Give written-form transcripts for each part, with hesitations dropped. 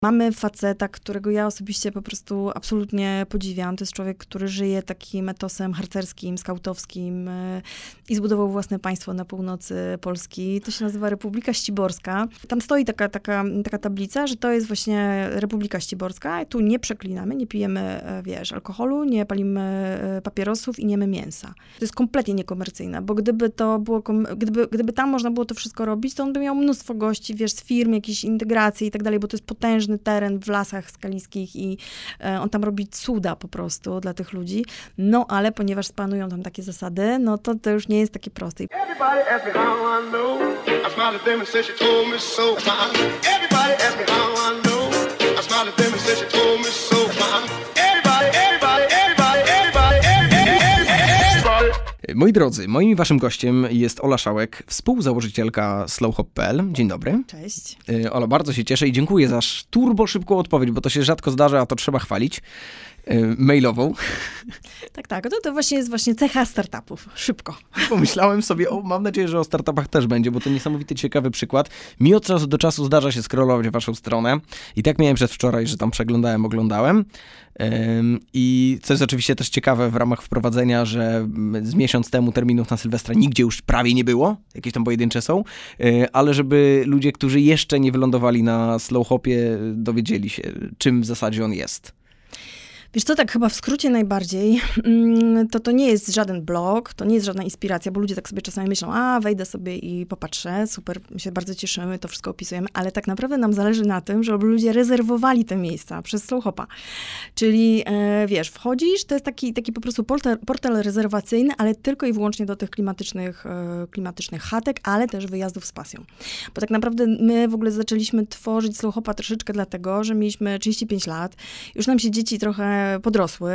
Mamy faceta, którego ja osobiście po prostu absolutnie podziwiam. To jest człowiek, który żyje takim etosem harcerskim, skautowskim i zbudował własne państwo na północy Polski. To się nazywa Republika Ściborska. Tam stoi taka tablica, że to jest właśnie Republika Ściborska. Tu nie przeklinamy, nie pijemy, alkoholu, nie palimy papierosów i nie jemy mięsa. To jest kompletnie niekomercyjne, bo gdyby to było, gdyby tam można było to wszystko robić, to on by miał mnóstwo gości, z firm, jakieś integracje i tak dalej, bo to jest potężny teren w lasach skaliskich i on tam robi cuda po prostu dla tych ludzi. No, ale ponieważ panują tam takie zasady, no to już nie jest takie proste. Moi drodzy, moim i waszym gościem jest Ola Szałek, współzałożycielka slowhop.pl. Dzień dobry. Cześć. Ola, bardzo się cieszę i dziękuję za turbo szybką odpowiedź, bo to się rzadko zdarza, a to trzeba chwalić. Mailową. Tak. To właśnie jest cecha startupów. Szybko. Pomyślałem sobie, mam nadzieję, że o startupach też będzie, bo to niesamowity, ciekawy przykład. Mi od czasu do czasu zdarza się scrollować waszą stronę i tak miałem przedwczoraj, że tam oglądałem. I co jest oczywiście też ciekawe w ramach wprowadzenia, że z miesiąc temu terminów na Sylwestra nigdzie już prawie nie było, jakieś tam pojedyncze są, ale żeby ludzie, którzy jeszcze nie wylądowali na slowhopie, dowiedzieli się, czym w zasadzie on jest. Wiesz co, tak chyba w skrócie najbardziej, to nie jest żaden blog, to nie jest żadna inspiracja, bo ludzie tak sobie czasami myślą, wejdę sobie i popatrzę, super, my się bardzo cieszymy, to wszystko opisujemy, ale tak naprawdę nam zależy na tym, żeby ludzie rezerwowali te miejsca przez slowhopa. Czyli, wchodzisz, to jest taki po prostu portal rezerwacyjny, ale tylko i wyłącznie do tych klimatycznych chatek, ale też wyjazdów z pasją. Bo tak naprawdę my w ogóle zaczęliśmy tworzyć slowhopa troszeczkę dlatego, że mieliśmy 35 lat, już nam się dzieci trochę podrosły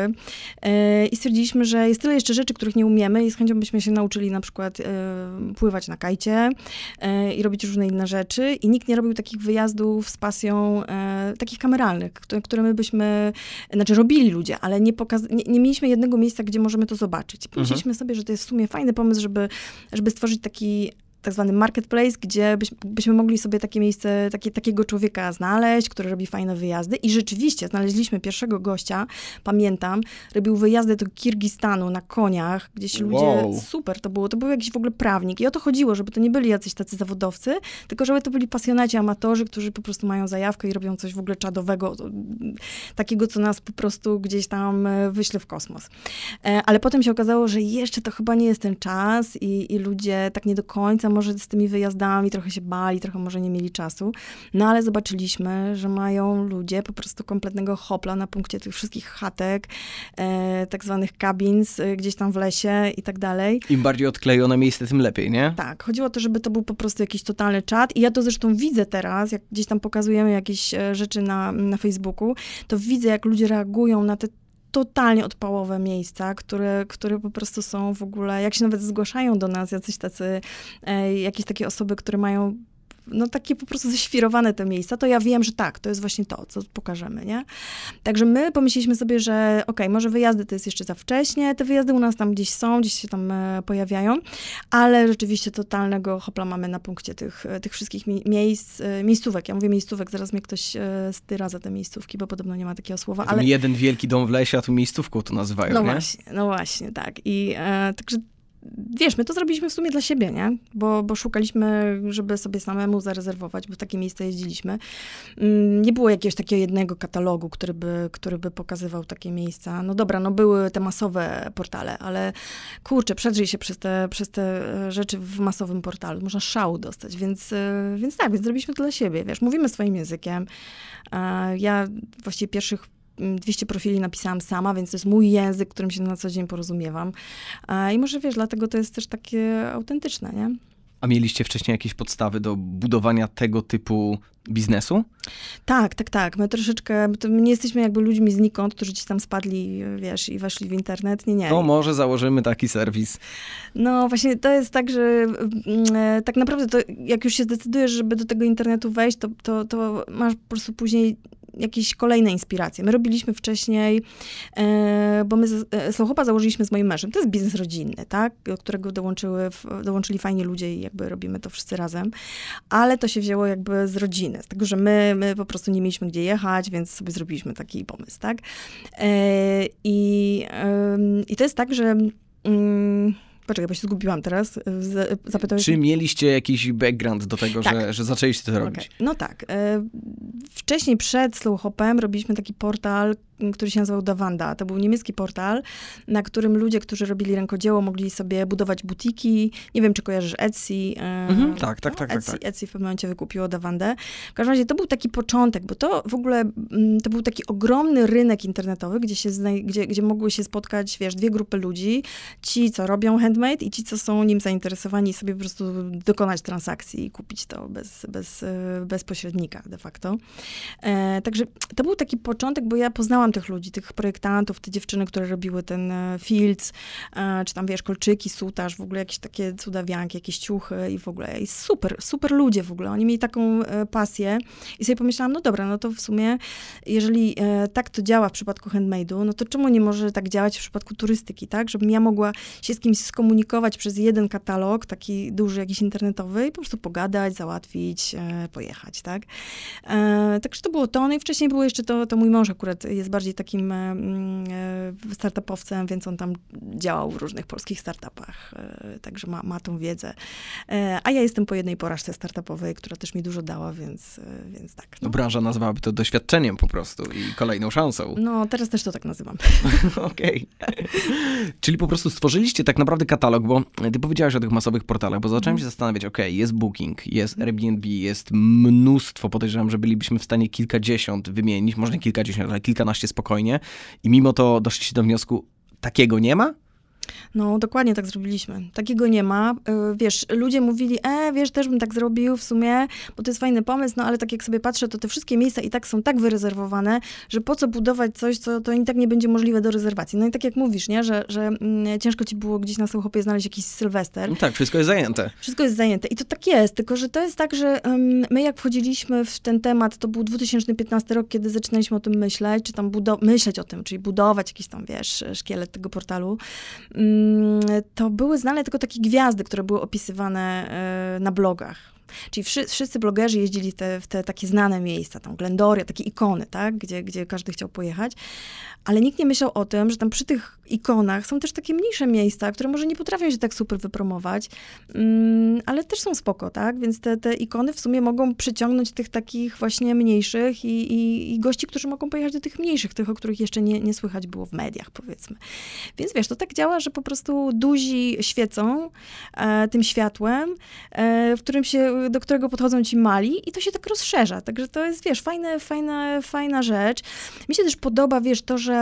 i stwierdziliśmy, że jest tyle jeszcze rzeczy, których nie umiemy i z chęcią byśmy się nauczyli na przykład pływać na kajcie i robić różne inne rzeczy i nikt nie robił takich wyjazdów z pasją, takich kameralnych, które my byśmy, robili ludzie, ale nie mieliśmy jednego miejsca, gdzie możemy to zobaczyć. Pomyśleliśmy sobie, że to jest w sumie fajny pomysł, żeby stworzyć taki tak zwany marketplace, gdzie byśmy mogli sobie takie miejsce, takiego człowieka znaleźć, który robi fajne wyjazdy i rzeczywiście znaleźliśmy pierwszego gościa, pamiętam, robił wyjazdy do Kirgistanu na koniach, gdzieś ludzie, super to był jakiś w ogóle prawnik i o to chodziło, żeby to nie byli jacyś tacy zawodowcy, tylko żeby to byli pasjonaci, amatorzy, którzy po prostu mają zajawkę i robią coś w ogóle czadowego, takiego, co nas po prostu gdzieś tam wyśle w kosmos. Ale potem się okazało, że jeszcze to chyba nie jest ten czas i ludzie tak nie do końca może z tymi wyjazdami trochę się bali, trochę może nie mieli czasu, no ale zobaczyliśmy, że mają ludzie po prostu kompletnego hopla na punkcie tych wszystkich chatek, tak zwanych cabins, gdzieś tam w lesie i tak dalej. Im bardziej odklejone miejsce, tym lepiej, nie? Tak, chodziło o to, żeby to był po prostu jakiś totalny czat i ja to zresztą widzę teraz, jak gdzieś tam pokazujemy jakieś rzeczy na Facebooku, to widzę, jak ludzie reagują na te totalnie odpałowe miejsca, które po prostu są w ogóle, jak się nawet zgłaszają do nas jacyś tacy, jakieś takie osoby, które mają takie po prostu ześwirowane te miejsca, to ja wiem, że tak, to jest właśnie to, co pokażemy, nie? Także my pomyśleliśmy sobie, że może wyjazdy to jest jeszcze za wcześnie, te wyjazdy u nas tam gdzieś są, gdzieś się tam pojawiają, ale rzeczywiście totalnego hopla mamy na punkcie tych wszystkich miejscówek. Ja mówię miejscówek, zaraz mnie ktoś styra za te miejscówki, bo podobno nie ma takiego słowa, ale... Jeden wielki dom w lesie, a tu miejscówką to nazywają, nie? No właśnie, tak. I także my to zrobiliśmy w sumie dla siebie, nie? Bo szukaliśmy, żeby sobie samemu zarezerwować, bo w takie miejsca jeździliśmy. Nie było jakiegoś takiego jednego katalogu, który by pokazywał takie miejsca. No dobra, były te masowe portale, ale kurczę, przedrzyj się przez te rzeczy w masowym portalu. Można szału dostać, więc zrobiliśmy to dla siebie, mówimy swoim językiem. Ja właściwie pierwszych 200 profili napisałam sama, więc to jest mój język, którym się na co dzień porozumiewam. I może dlatego to jest też takie autentyczne, nie? A mieliście wcześniej jakieś podstawy do budowania tego typu biznesu? Tak. My troszeczkę, my nie jesteśmy jakby ludźmi znikąd, którzy gdzieś tam spadli, i weszli w internet. Nie. To może założymy taki serwis. No właśnie to jest tak, że tak naprawdę to jak już się zdecydujesz, żeby do tego internetu wejść, to masz po prostu później jakieś kolejne inspiracje. My robiliśmy wcześniej, bo my Slow Hopa założyliśmy z moim mężem. To jest biznes rodzinny, tak? Do którego dołączyli fajni ludzie i jakby robimy to wszyscy razem. Ale to się wzięło jakby z rodziny, z tego, że my po prostu nie mieliśmy gdzie jechać, więc sobie zrobiliśmy taki pomysł, tak? I to jest tak, że... Poczekaj, bo się zgubiłam teraz. Zapytałeś... Czy mieliście jakiś background do tego, tak. że zaczęliście to robić? Okay. No tak. Wcześniej przed Slow Hopem robiliśmy taki portal, który się nazywał Davanda. To był niemiecki portal, na którym ludzie, którzy robili rękodzieło, mogli sobie budować butiki. Nie wiem, czy kojarzysz Etsy. Tak. Etsy w pewnym momencie wykupiło Davandę. W każdym razie to był taki początek, bo to w ogóle to był taki ogromny rynek internetowy, gdzie mogły się spotkać, wiesz, dwie grupy ludzi. Ci, co robią handmade i ci, co są nim zainteresowani i sobie po prostu dokonać transakcji i kupić to bez pośrednika de facto. Także to był taki początek, bo ja poznałam tych ludzi, tych projektantów, te dziewczyny, które robiły ten Fields, czy tam, wiesz, kolczyki, sutaż, w ogóle jakieś takie cudawianki, jakieś ciuchy i w ogóle. I super ludzie w ogóle. Oni mieli taką pasję i sobie pomyślałam, no dobra, no to w sumie, jeżeli tak to działa w przypadku handmade'u, no to czemu nie może tak działać w przypadku turystyki, tak? Żebym ja mogła się z kimś skomunikować przez jeden katalog, taki duży, jakiś internetowy i po prostu pogadać, załatwić, pojechać, tak? Także to było to. No i wcześniej było jeszcze to mój mąż akurat jest bardziej takim startupowcem, więc on tam działał w różnych polskich startupach, także ma tą wiedzę. A ja jestem po jednej porażce startupowej, która też mi dużo dała, więc tak. No. Branża nazywałaby to doświadczeniem po prostu i kolejną szansą. No, teraz też to tak nazywam. Okej. Czyli po prostu stworzyliście tak naprawdę katalog, bo ty powiedziałaś o tych masowych portalach, bo zacząłem się zastanawiać, jest Booking, jest Airbnb, jest mnóstwo, podejrzewam, że bylibyśmy w stanie kilkadziesiąt wymienić, może nie kilkadziesiąt, ale kilkanaście spokojnie i mimo to doszliście do wniosku, takiego nie ma? No, dokładnie tak zrobiliśmy. Takiego nie ma. Wiesz, ludzie mówili, wiesz, też bym tak zrobił w sumie, bo to jest fajny pomysł, no ale tak jak sobie patrzę, to te wszystkie miejsca i tak są tak wyrezerwowane, że po co budować coś, co to i tak nie będzie możliwe do rezerwacji. No i tak jak mówisz, nie, że ciężko ci było gdzieś na Slow Hopie znaleźć jakiś Sylwester. No tak, wszystko jest zajęte. Wszystko jest zajęte i to tak jest, tylko że to jest tak, że my jak wchodziliśmy w ten temat, to był 2015 rok, kiedy zaczynaliśmy o tym myśleć, czy tam myśleć o tym, czyli budować jakiś tam, wiesz, szkielet tego portalu. To były znane tylko takie gwiazdy, które były opisywane na blogach. Czyli wszyscy blogerzy jeździli w te takie znane miejsca, tam Glendoria, takie ikony, tak? Gdzie każdy chciał pojechać. Ale nikt nie myślał o tym, że tam przy tych ikonach są też takie mniejsze miejsca, które może nie potrafią się tak super wypromować, ale też są spoko, tak? Więc te ikony w sumie mogą przyciągnąć tych takich właśnie mniejszych i gości, którzy mogą pojechać do tych mniejszych, tych, o których jeszcze nie słychać było w mediach, powiedzmy. Więc wiesz, to tak działa, że po prostu duzi świecą tym światłem, do którego podchodzą ci mali i to się tak rozszerza. Także to jest, wiesz, fajna rzecz. Mi się też podoba, wiesz, to, że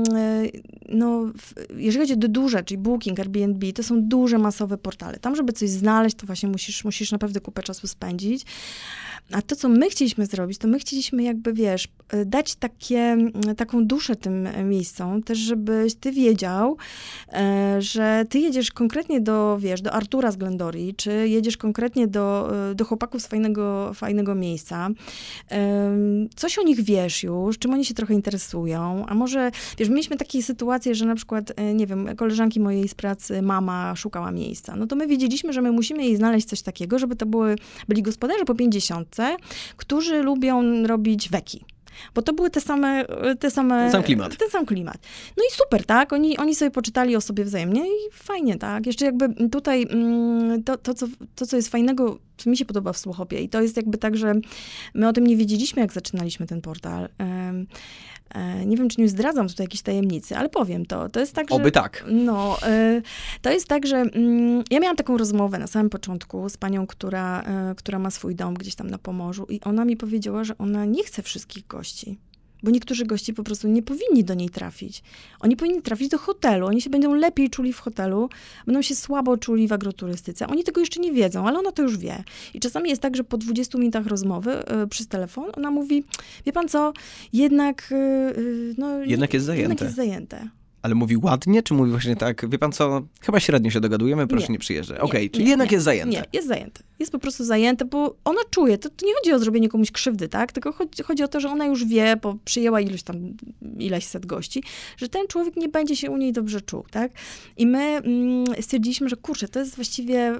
jeżeli chodzi o duże, czyli Booking, Airbnb, to są duże, masowe portale. Tam, żeby coś znaleźć, to właśnie musisz naprawdę kupę czasu spędzić. A to, co my chcieliśmy zrobić, to my chcieliśmy jakby, wiesz, dać taką duszę tym miejscom, też żebyś ty wiedział, że ty jedziesz konkretnie do Artura z Glendorii, czy jedziesz konkretnie do chłopaków z fajnego miejsca. Coś o nich wiesz już, czym oni się trochę interesują, a może, wiesz, mieliśmy takie sytuacje, że na przykład, nie wiem, koleżanki mojej z pracy, mama szukała miejsca, no to my wiedzieliśmy, że my musimy jej znaleźć coś takiego, żeby to byli gospodarze po 50, którzy lubią robić weki. Bo to były ten sam klimat. No i super, tak? Oni sobie poczytali o sobie wzajemnie i fajnie, tak? Jeszcze jakby tutaj to, co jest fajnego, co mi się podoba w Slow Hopie i to jest jakby tak, że my o tym nie wiedzieliśmy, jak zaczynaliśmy ten portal. Nie wiem, czy nie zdradzam tutaj jakiejś tajemnicy, ale powiem to. To jest tak, że... Oby tak. No, to jest tak, że ja miałam taką rozmowę na samym początku z panią, która ma swój dom gdzieś tam na Pomorzu i ona mi powiedziała, że ona nie chce wszystkich gości. Bo niektórzy gości po prostu nie powinni do niej trafić. Oni powinni trafić do hotelu. Oni się będą lepiej czuli w hotelu, będą się słabo czuli w agroturystyce. Oni tego jeszcze nie wiedzą, ale ona to już wie. I czasami jest tak, że po 20 minutach rozmowy przez telefon ona mówi, wie pan co, jednak... Jednak jest zajęte. Jednak jest zajęte. Ale mówi ładnie, czy mówi właśnie tak, wie pan co, chyba średnio się dogadujemy, proszę nie przyjeżdżać. Okej, czyli jednak jest zajęte. Nie, jest zajęte. Jest po prostu zajęte, bo ona czuje, to nie chodzi o zrobienie komuś krzywdy, tak? Tylko chodzi o to, że ona już wie, bo przyjęła ileś set gości, że ten człowiek nie będzie się u niej dobrze czuł, tak? I my stwierdziliśmy, że kurczę, to jest właściwie,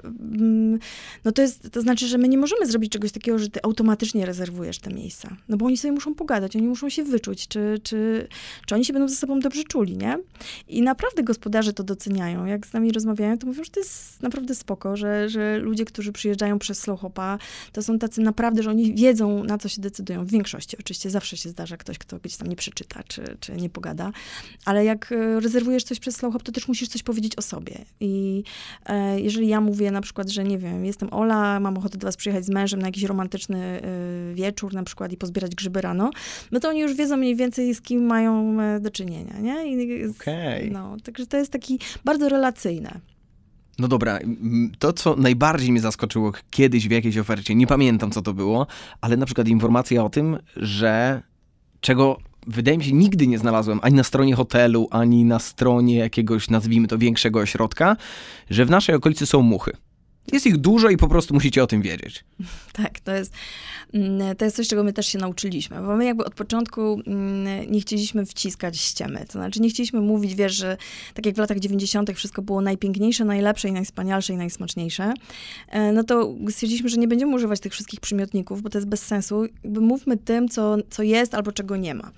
to znaczy, że my nie możemy zrobić czegoś takiego, że ty automatycznie rezerwujesz te miejsca. No bo oni sobie muszą pogadać, oni muszą się wyczuć, czy oni się będą ze sobą dobrze czuli, nie? I naprawdę gospodarze to doceniają. Jak z nami rozmawiają, to mówią, że to jest naprawdę spoko, że ludzie, którzy przyjeżdżają przez Slow Hopa, to są tacy naprawdę, że oni wiedzą, na co się decydują. W większości oczywiście zawsze się zdarza ktoś, kto gdzieś tam nie przeczyta, czy nie pogada. Ale jak rezerwujesz coś przez Slow Hop, to też musisz coś powiedzieć o sobie. I jeżeli ja mówię na przykład, że nie wiem, jestem Ola, mam ochotę do was przyjechać z mężem na jakiś romantyczny wieczór na przykład i pozbierać grzyby rano, no to oni już wiedzą mniej więcej, z kim mają do czynienia, nie? Okej. No, także to jest taki bardzo relacyjne. No dobra, to co najbardziej mnie zaskoczyło kiedyś w jakiejś ofercie, nie pamiętam co to było, ale na przykład informacja o tym, że czego wydaje mi się nigdy nie znalazłem ani na stronie hotelu, ani na stronie jakiegoś, nazwijmy to, większego ośrodka, że w naszej okolicy są muchy. Jest ich dużo i po prostu musicie o tym wiedzieć. Tak, to jest coś, czego my też się nauczyliśmy, bo my jakby od początku nie chcieliśmy wciskać ściemy. To znaczy nie chcieliśmy mówić, wiesz, że tak jak w latach 90. wszystko było najpiękniejsze, najlepsze i najwspanialsze i najsmaczniejsze, no to stwierdziliśmy, że nie będziemy używać tych wszystkich przymiotników, bo to jest bez sensu. Jakby mówmy tym, co jest albo czego nie ma.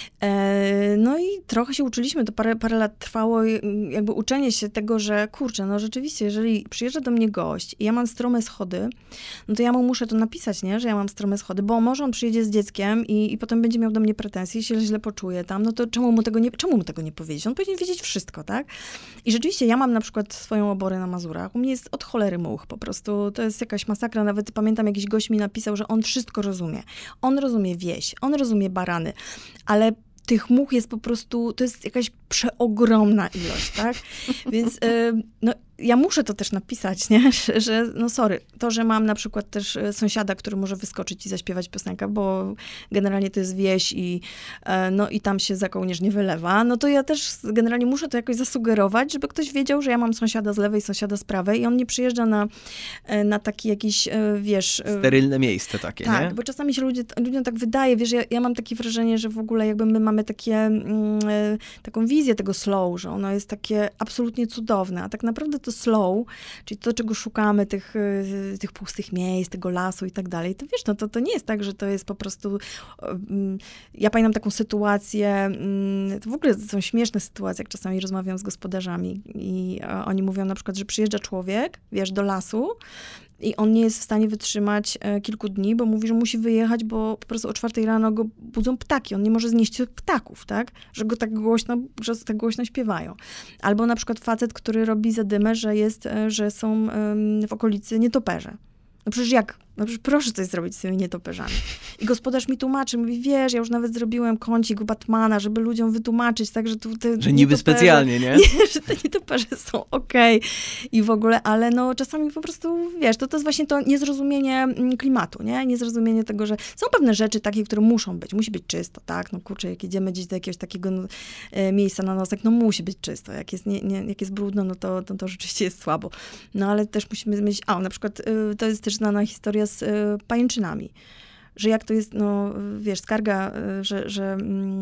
No i trochę się uczyliśmy, to parę lat trwało jakby uczenie się tego, że kurczę, no rzeczywiście, jeżeli przyjeżdża do mnie gość i ja mam strome schody, no to ja mu muszę to napisać, nie, że ja mam strome schody, bo może on przyjedzie z dzieckiem i potem będzie miał do mnie pretensje i się źle poczuje tam, no to czemu mu tego nie powiedzieć? On powinien wiedzieć wszystko, tak? I rzeczywiście ja mam na przykład swoją oborę na Mazurach, u mnie jest od cholery much, po prostu to jest jakaś masakra, nawet pamiętam jakiś gość mi napisał, że on wszystko rozumie. On rozumie wieś, on rozumie barany, ale tych much jest po prostu, to jest jakaś przeogromna ilość, tak? Więc no, ja muszę to też napisać, nie? Że no sorry, to, że mam na przykład też sąsiada, który może wyskoczyć i zaśpiewać piosenkę, bo generalnie to jest wieś i tam się za kołnierz nie wylewa, no to ja też generalnie muszę to jakoś zasugerować, żeby ktoś wiedział, że ja mam sąsiada z lewej, sąsiada z prawej i on nie przyjeżdża na taki jakiś, wiesz... Sterylne miejsce takie, tak, nie? bo czasami się ludziom tak wydaje, wiesz, ja mam takie wrażenie, że w ogóle jakby my mamy taką wizję tego slow, że ono jest takie absolutnie cudowne, a tak naprawdę to slow, czyli to, czego szukamy, tych pustych miejsc, tego lasu i tak dalej, to wiesz, no to nie jest tak, że to jest po prostu... Ja pamiętam taką sytuację, to w ogóle są śmieszne sytuacje, jak czasami rozmawiam z gospodarzami i oni mówią na przykład, że przyjeżdża człowiek, wiesz, do lasu i on nie jest w stanie wytrzymać kilku dni, bo mówi, że musi wyjechać, bo po prostu o 4 rano go budzą ptaki. On nie może znieść ptaków, tak? Że tak głośno śpiewają. Albo na przykład facet, który robi zadymę, że są w okolicy nietoperze. No przecież jak? No przecież proszę coś zrobić z tymi nietoperzami. I gospodarz mi tłumaczy, mówi, wiesz, ja już nawet zrobiłem kącik u Batmana, żeby ludziom wytłumaczyć, tak, że tu te że niby specjalnie, nie? Że te nietoperze są okej. I w ogóle, ale no czasami po prostu, wiesz, to jest właśnie to niezrozumienie klimatu, nie? Niezrozumienie tego, że są pewne rzeczy takie, które muszą być. Musi być czysto, tak? No kurczę, jak jedziemy gdzieś do jakiegoś takiego miejsca na nosek, no musi być czysto. Jak jest brudno, no to rzeczywiście jest słabo. No ale też musimy mieć, na przykład to jest też znana historia z pajęczynami. Że jak to jest, no wiesz, skarga, że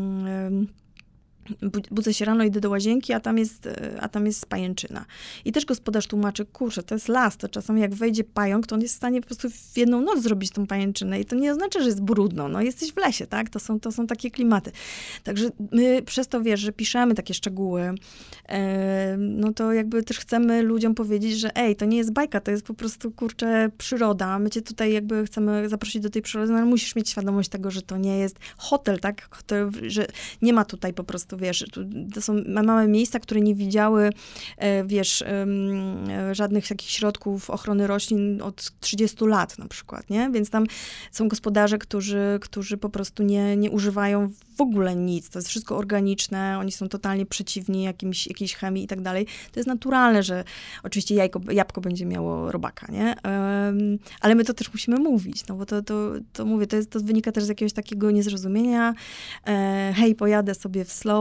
budzę się rano, idę do łazienki, a tam jest pajęczyna. I też gospodarz tłumaczy, kurczę, to jest las, to czasami jak wejdzie pająk, to on jest w stanie po prostu w jedną noc zrobić tą pajęczynę i to nie oznacza, że jest brudno, no jesteś w lesie, tak? To są takie klimaty. Także my przez to, wiesz, że piszemy takie szczegóły, no to jakby też chcemy ludziom powiedzieć, że to nie jest bajka, to jest po prostu, kurczę, przyroda. My cię tutaj jakby chcemy zaprosić do tej przyrody, no ale musisz mieć świadomość tego, że to nie jest hotel, tak? Że nie ma tutaj po prostu, wiesz, mamy miejsca, które nie widziały, wiesz, żadnych takich środków ochrony roślin od 30 lat na przykład, nie? Więc tam są gospodarze, którzy po prostu nie używają w ogóle nic. To jest wszystko organiczne, oni są totalnie przeciwni jakiejś chemii i tak dalej. To jest naturalne, że oczywiście jabłko będzie miało robaka, nie? Ale my to też musimy mówić, no bo to mówię, to wynika też z jakiegoś takiego niezrozumienia. Hej, pojadę sobie w slow,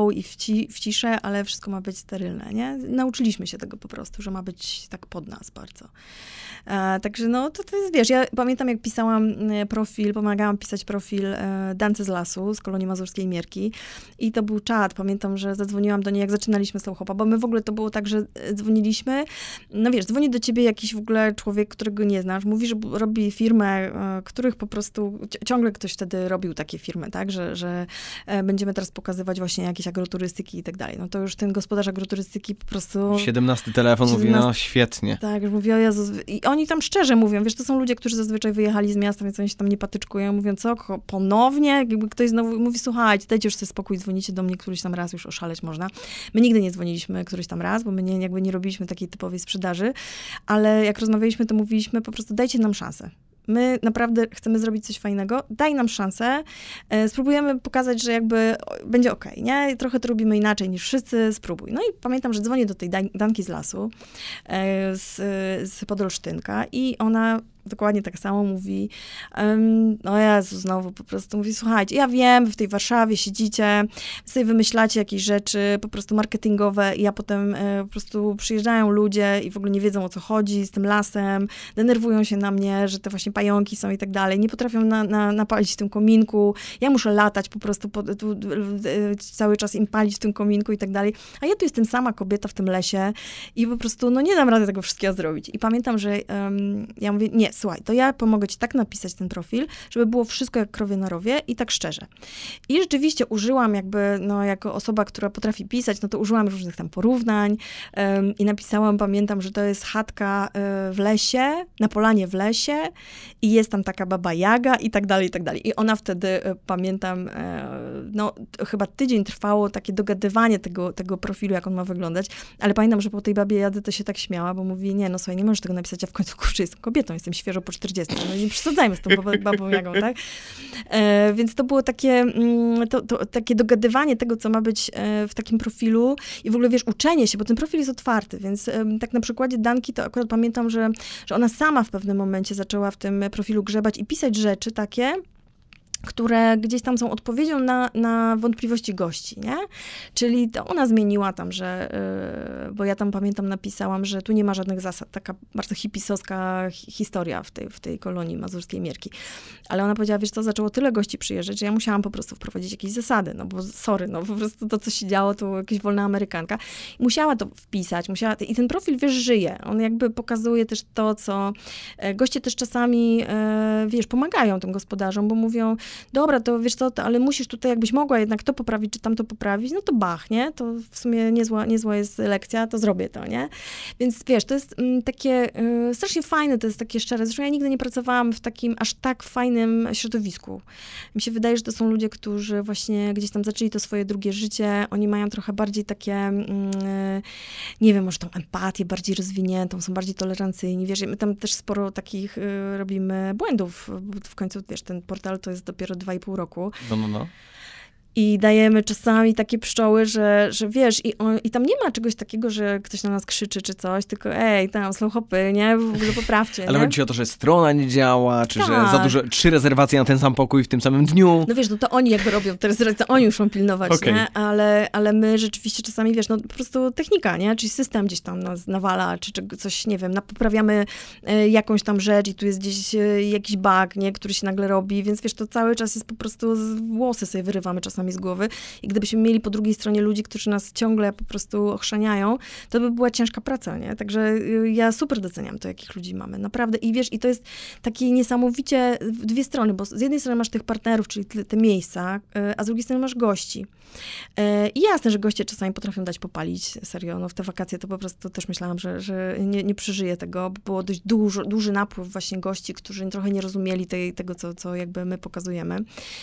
low i w ciszę, ale wszystko ma być sterylne, nie? Nauczyliśmy się tego po prostu, że ma być tak pod nas bardzo. Także no, to jest, wiesz, ja pamiętam, jak pisałam pomagałam pisać profil Dance z lasu, z Kolonii Mazurskiej Mierki i to był czat. Pamiętam, że zadzwoniłam do niej, jak zaczynaliśmy Slow Hopa, bo my w ogóle to było tak, że dzwoniliśmy, no wiesz, dzwoni do ciebie jakiś w ogóle człowiek, którego nie znasz, mówi, że robi firmę, których po prostu, ciągle ktoś wtedy robił takie firmy, tak, że będziemy teraz pokazywać właśnie jakieś agroturystyki i tak dalej. No to już ten gospodarz agroturystyki po prostu... 17 telefon mówi, no świetnie. Tak, już mówi, o Jezus. I oni tam szczerze mówią, wiesz, to są ludzie, którzy zazwyczaj wyjechali z miasta, więc oni się tam nie patyczkują. Mówią, co, ponownie? Jakby ktoś znowu mówi, słuchajcie, dajcie już sobie spokój, dzwonicie do mnie któryś tam raz, już oszaleć można. My nigdy nie dzwoniliśmy któryś tam raz, bo my jakby nie robiliśmy takiej typowej sprzedaży, ale jak rozmawialiśmy, to mówiliśmy po prostu, dajcie nam szansę. My naprawdę chcemy zrobić coś fajnego, daj nam szansę, spróbujemy pokazać, że jakby będzie okej, nie? Trochę to robimy inaczej niż wszyscy, spróbuj. No i pamiętam, że dzwonię do tej Danki z lasu, z Podolsztynka i ona dokładnie tak samo mówi, no Jezu, znowu po prostu mówi, słuchajcie, ja wiem, wy w tej Warszawie siedzicie, sobie wymyślacie jakieś rzeczy po prostu marketingowe i ja potem po prostu przyjeżdżają ludzie i w ogóle nie wiedzą, o co chodzi z tym lasem, denerwują się na mnie, że te właśnie pająki są i tak dalej, nie potrafią napalić w tym kominku, ja muszę latać po prostu cały czas im palić w tym kominku i tak dalej, a ja tu jestem sama kobieta w tym lesie i po prostu, no nie dam rady tego wszystkiego zrobić. I pamiętam, że ja mówię, nie, słuchaj, to ja pomogę ci tak napisać ten profil, żeby było wszystko jak krowie na rowie i tak szczerze. I rzeczywiście użyłam jakby, no jako osoba, która potrafi pisać, no to użyłam różnych tam porównań i napisałam, pamiętam, że to jest chatka w lesie, na polanie w lesie i jest tam taka baba Jaga i tak dalej, i tak dalej. I ona wtedy, pamiętam, no chyba tydzień trwało takie dogadywanie tego profilu, jak on ma wyglądać, ale pamiętam, że po tej babie Jady to się tak śmiała, bo mówi, nie, no słuchaj, nie możesz tego napisać, ja w końcu, kurczę, jestem kobietą, jestem świeżo po 40, no nie przesadzajmy z tą babą Jagą, tak? Więc to było takie, takie dogadywanie tego, co ma być w takim profilu i w ogóle, wiesz, uczenie się, bo ten profil jest otwarty, więc tak na przykładzie Danki to akurat pamiętam, że ona sama w pewnym momencie zaczęła w tym profilu grzebać i pisać rzeczy takie, które gdzieś tam są odpowiedzią na wątpliwości gości, nie? Czyli to ona zmieniła tam, że, bo ja tam pamiętam napisałam, że tu nie ma żadnych zasad, taka bardzo hipisowska historia w tej kolonii mazurskiej Mierki. Ale ona powiedziała, wiesz co, zaczęło tyle gości przyjeżdżać, że ja musiałam po prostu wprowadzić jakieś zasady, no bo sorry, no po prostu to, co się działo, to jakaś wolna Amerykanka. I musiała to wpisać, i ten profil, wiesz, żyje. On jakby pokazuje też to, co goście też czasami, wiesz, pomagają tym gospodarzom, bo mówią, dobra, to wiesz co, ale musisz tutaj, jakbyś mogła jednak to poprawić, czy tamto poprawić, no to bach, nie? To w sumie niezła jest lekcja, to zrobię to, nie? Więc wiesz, to jest takie strasznie fajne, to jest takie szczere. Zresztą ja nigdy nie pracowałam w takim aż tak fajnym środowisku. Mi się wydaje, że to są ludzie, którzy właśnie gdzieś tam zaczęli to swoje drugie życie, oni mają trochę bardziej takie, nie wiem, może tą empatię bardziej rozwiniętą, są bardziej tolerancyjni, wiesz, my tam też sporo takich robimy błędów, bo w końcu, wiesz, ten portal to jest dopiero 2,5 roku. No. I dajemy czasami takie pszczoły, że wiesz, i tam nie ma czegoś takiego, że ktoś na nas krzyczy czy coś, tylko tam slow hopy, nie? W ogóle poprawcie, ale chodzi o to, że strona nie działa, czy że za dużo, 3 rezerwacje na ten sam pokój w tym samym dniu. No wiesz, no to oni jakby robią te rezerwacje, oni muszą pilnować, okay. Nie? Ale my rzeczywiście czasami, wiesz, no po prostu technika, nie? Czyli system gdzieś tam nas nawala, czy coś, nie wiem, poprawiamy jakąś tam rzecz i tu jest gdzieś jakiś bug, nie? Który się nagle robi, więc wiesz, to cały czas jest po prostu, włosy sobie wyrywamy czasami z głowy i gdybyśmy mieli po drugiej stronie ludzi, którzy nas ciągle po prostu ochrzaniają, to by była ciężka praca, nie? Także ja super doceniam to, jakich ludzi mamy, naprawdę. I wiesz, i to jest takie niesamowicie w dwie strony, bo z jednej strony masz tych partnerów, czyli te miejsca, a z drugiej strony masz gości. I jasne, że goście czasami potrafią dać popalić, serio, no w te wakacje to po prostu też myślałam, że nie przeżyję tego, bo było dość duży napływ właśnie gości, którzy trochę nie rozumieli tego, co jakby my pokazujemy.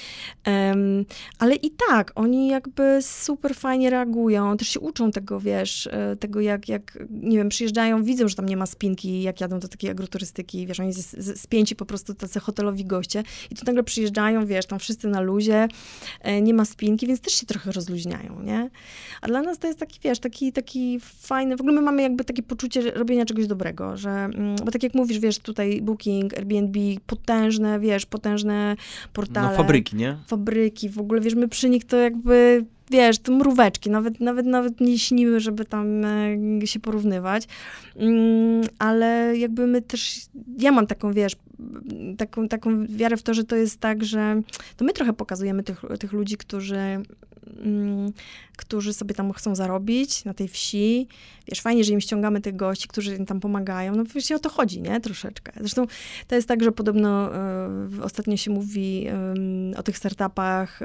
Ale i tak, oni jakby super fajnie reagują, też się uczą tego, wiesz, tego jak nie wiem, przyjeżdżają, widzą, że tam nie ma spinki, jak jadą do takiej agroturystyki, wiesz, oni spięci po prostu tacy hotelowi goście i tu nagle przyjeżdżają, wiesz, tam wszyscy na luzie, nie ma spinki, więc też się trochę rozluźniają, nie? A dla nas to jest taki, wiesz, taki fajny, w ogóle my mamy jakby takie poczucie robienia czegoś dobrego, że, bo tak jak mówisz, wiesz, tutaj Booking, Airbnb, potężne portale. No fabryki, nie? Fabryki, w ogóle, wiesz, my przy nich to jakby wiesz, to mróweczki, nawet nie śniły, żeby tam się porównywać. Ale jakby my też, ja mam taką, wiesz, taką wiarę w to, że to jest tak, że to my trochę pokazujemy tych ludzi, którzy sobie tam chcą zarobić na tej wsi. Wiesz, fajnie, że im ściągamy tych gości, którzy im tam pomagają. No właśnie o to chodzi, nie? Troszeczkę. Zresztą to jest tak, że podobno ostatnio się mówi o tych startupach,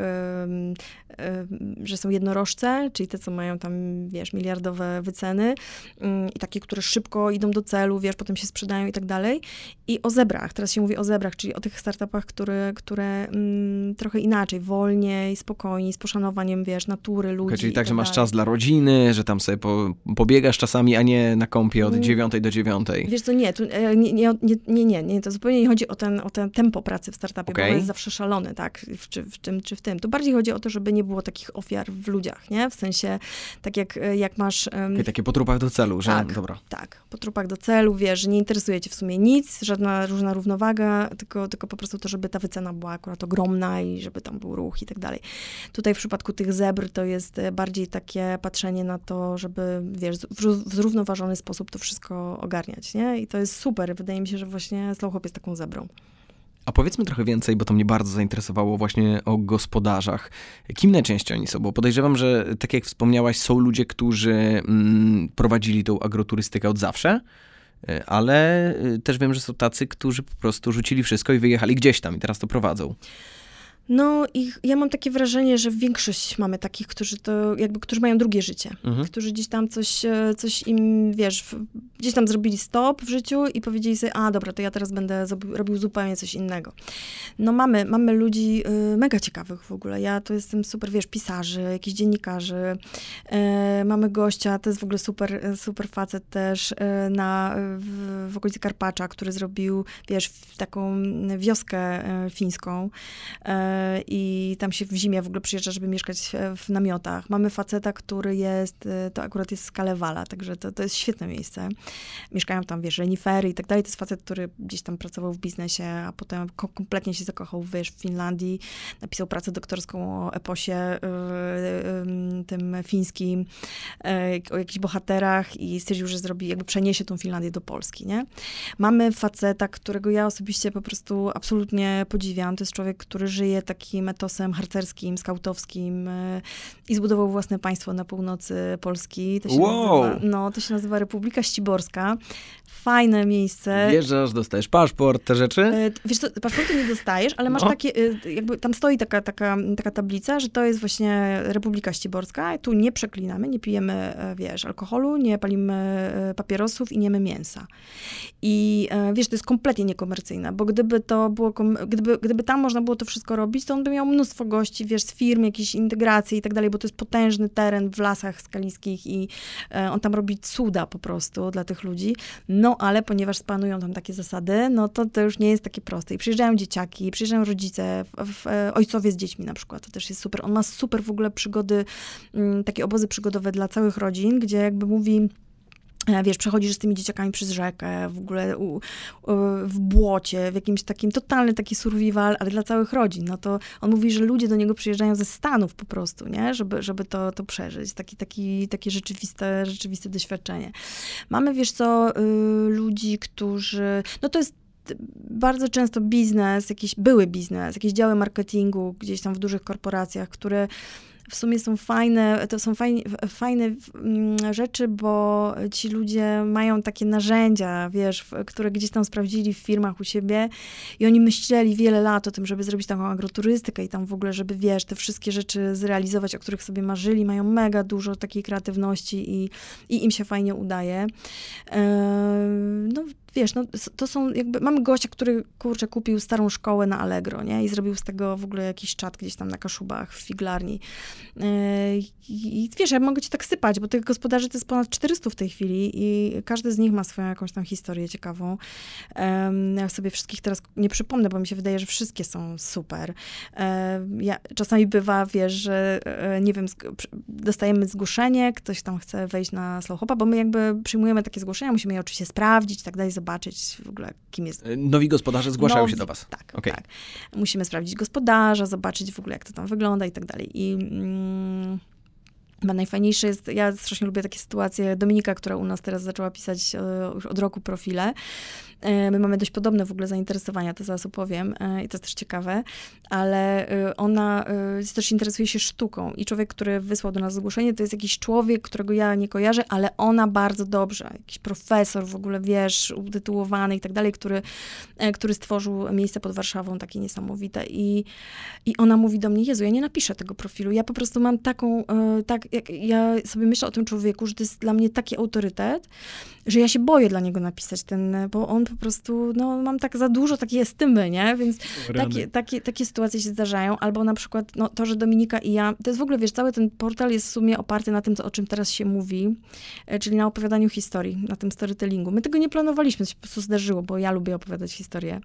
że są jednorożce, czyli te, co mają tam, wiesz, miliardowe wyceny i takie, które szybko idą do celu, wiesz, potem się sprzedają i tak dalej. I o zebrach. Teraz się mówi o zebrach, czyli o tych startupach, które trochę inaczej, wolniej, spokojniej, z poszanowaniem, wiesz, natury, ludzi. Czyli tak, że masz czas dla rodziny, że tam sobie pobiegasz czasami, a nie na kąpie od 9 do 9. Wiesz co, nie, to zupełnie nie chodzi o ten tempo pracy w startupie, bo to jest zawsze szalone, tak, czy w tym. To bardziej chodzi o to, żeby nie było takich ofiar w ludziach, nie? W sensie, tak jak masz... Takie po trupach do celu, że tak, dobra. Tak, po trupach do celu, wiesz, że nie interesuje cię w sumie nic, żadna różna równowaga, tylko po prostu to, żeby ta wycena była akurat ogromna i żeby tam był ruch i tak dalej. Tutaj w przypadku tych zebr to jest bardziej takie patrzenie na to, żeby, wiesz, w zrównoważony sposób to wszystko ogarniać, nie? I to jest super. Wydaje mi się, że właśnie Slow Hop jest taką zebrą. A powiedzmy trochę więcej, bo to mnie bardzo zainteresowało właśnie o gospodarzach. Kim najczęściej oni są? Bo podejrzewam, że tak jak wspomniałaś, są ludzie, którzy prowadzili tą agroturystykę od zawsze, ale też wiem, że są tacy, którzy po prostu rzucili wszystko i wyjechali gdzieś tam i teraz to prowadzą. No i ja mam takie wrażenie, że większość mamy takich, którzy mają drugie życie. Którzy gdzieś tam coś im, wiesz, gdzieś tam zrobili stop w życiu i powiedzieli sobie, dobra, to ja teraz będę robił zupełnie coś innego. No mamy ludzi mega ciekawych w ogóle. Ja to jestem super, wiesz, pisarzy, jakichś dziennikarzy. Mamy gościa, to jest w ogóle super facet też w okolicy Karpacza, który zrobił, wiesz, taką wioskę fińską. I tam się w zimie w ogóle przyjeżdża, żeby mieszkać w namiotach. Mamy faceta, który to akurat jest z Kalevala, także to jest świetne miejsce. Mieszkają tam, wiesz, renifery i tak dalej. To jest facet, który gdzieś tam pracował w biznesie, a potem kompletnie się zakochał, wiesz, w Finlandii. Napisał pracę doktorską o eposie tym fińskim, o jakichś bohaterach i stwierdził, że przeniesie tą Finlandię do Polski, nie? Mamy faceta, którego ja osobiście po prostu absolutnie podziwiam. To jest człowiek, który żyje takim etosem harcerskim, skautowskim i zbudował własne państwo na północy Polski. To się nazywa Republika Ściborska. Fajne miejsce. Wjeżdżasz, dostajesz paszport, te rzeczy? Wiesz co, paszportu nie dostajesz, ale masz takie, jakby tam stoi taka tablica, że to jest właśnie Republika Ściborska. Tu nie przeklinamy, nie pijemy, wiesz, alkoholu, nie palimy papierosów i nie jemy mięsa. I wiesz, to jest kompletnie niekomercyjne, bo gdyby tam można było to wszystko robić, to on by miał mnóstwo gości, wiesz, z firm, jakieś integracje i tak dalej, bo to jest potężny teren w lasach skaliskich i on tam robi cuda po prostu dla tych ludzi. No, ale ponieważ panują tam takie zasady, no to już nie jest takie proste. I przyjeżdżają dzieciaki, przyjeżdżają rodzice, ojcowie z dziećmi na przykład, to też jest super. On ma super w ogóle przygody, takie obozy przygodowe dla całych rodzin, gdzie jakby mówi, wiesz, przechodzisz z tymi dzieciakami przez rzekę, w ogóle w błocie, w jakimś takim totalny taki survival, ale dla całych rodzin. No to on mówi, że ludzie do niego przyjeżdżają ze Stanów po prostu, nie? Żeby to przeżyć. Takie rzeczywiste doświadczenie. Mamy, wiesz co, ludzi, którzy... No to jest bardzo często były biznes, jakieś działy marketingu gdzieś tam w dużych korporacjach, które w sumie są fajne, to są fajne rzeczy, bo ci ludzie mają takie narzędzia, wiesz, które gdzieś tam sprawdzili w firmach u siebie i oni myśleli wiele lat o tym, żeby zrobić taką agroturystykę i tam w ogóle, żeby, wiesz, te wszystkie rzeczy zrealizować, o których sobie marzyli, mają mega dużo takiej kreatywności i im się fajnie udaje. No, wiesz, no to są jakby, mamy gościa, który, kurczę, kupił starą szkołę na Allegro, nie? I zrobił z tego w ogóle jakiś czat gdzieś tam na Kaszubach, w figlarni. I wiesz, ja mogę ci tak sypać, bo tych gospodarzy to jest ponad 400 w tej chwili i każdy z nich ma swoją jakąś tam historię ciekawą. Ja sobie wszystkich teraz nie przypomnę, bo mi się wydaje, że wszystkie są super. Czasami bywa, wiesz, że nie wiem, dostajemy zgłoszenie, ktoś tam chce wejść na Slow Hopa, bo my jakby przyjmujemy takie zgłoszenia, musimy je oczywiście sprawdzić i tak dalej, zobaczyć w ogóle, kim jest. Nowi gospodarze zgłaszają się do was. Tak, okay. Tak. Musimy sprawdzić gospodarza, zobaczyć w ogóle, jak to tam wygląda i tak dalej. Chyba najfajniejsze jest, ja strasznie lubię takie sytuacje, Dominika, która u nas teraz zaczęła pisać już od roku profile. My mamy dość podobne w ogóle zainteresowania, to zaraz opowiem i to jest też ciekawe, ale ona też interesuje się sztuką i człowiek, który wysłał do nas zgłoszenie, to jest jakiś człowiek, którego ja nie kojarzę, ale ona bardzo dobrze, jakiś profesor w ogóle, wiesz, utytułowany i tak dalej, który stworzył miejsce pod Warszawą takie niesamowite i ona mówi do mnie, Jezu, ja nie napiszę tego profilu, ja po prostu mam taką, ja sobie myślę o tym człowieku, że to jest dla mnie taki autorytet, że ja się boję dla niego napisać bo on po prostu, no mam tak za dużo takiej estymy, nie? Więc takie sytuacje się zdarzają. Albo na przykład no, to, że Dominika i ja, to jest w ogóle, wiesz, cały ten portal jest w sumie oparty na tym, o czym teraz się mówi, czyli na opowiadaniu historii, na tym storytellingu. My tego nie planowaliśmy, to się po prostu zdarzyło, bo ja lubię opowiadać historię.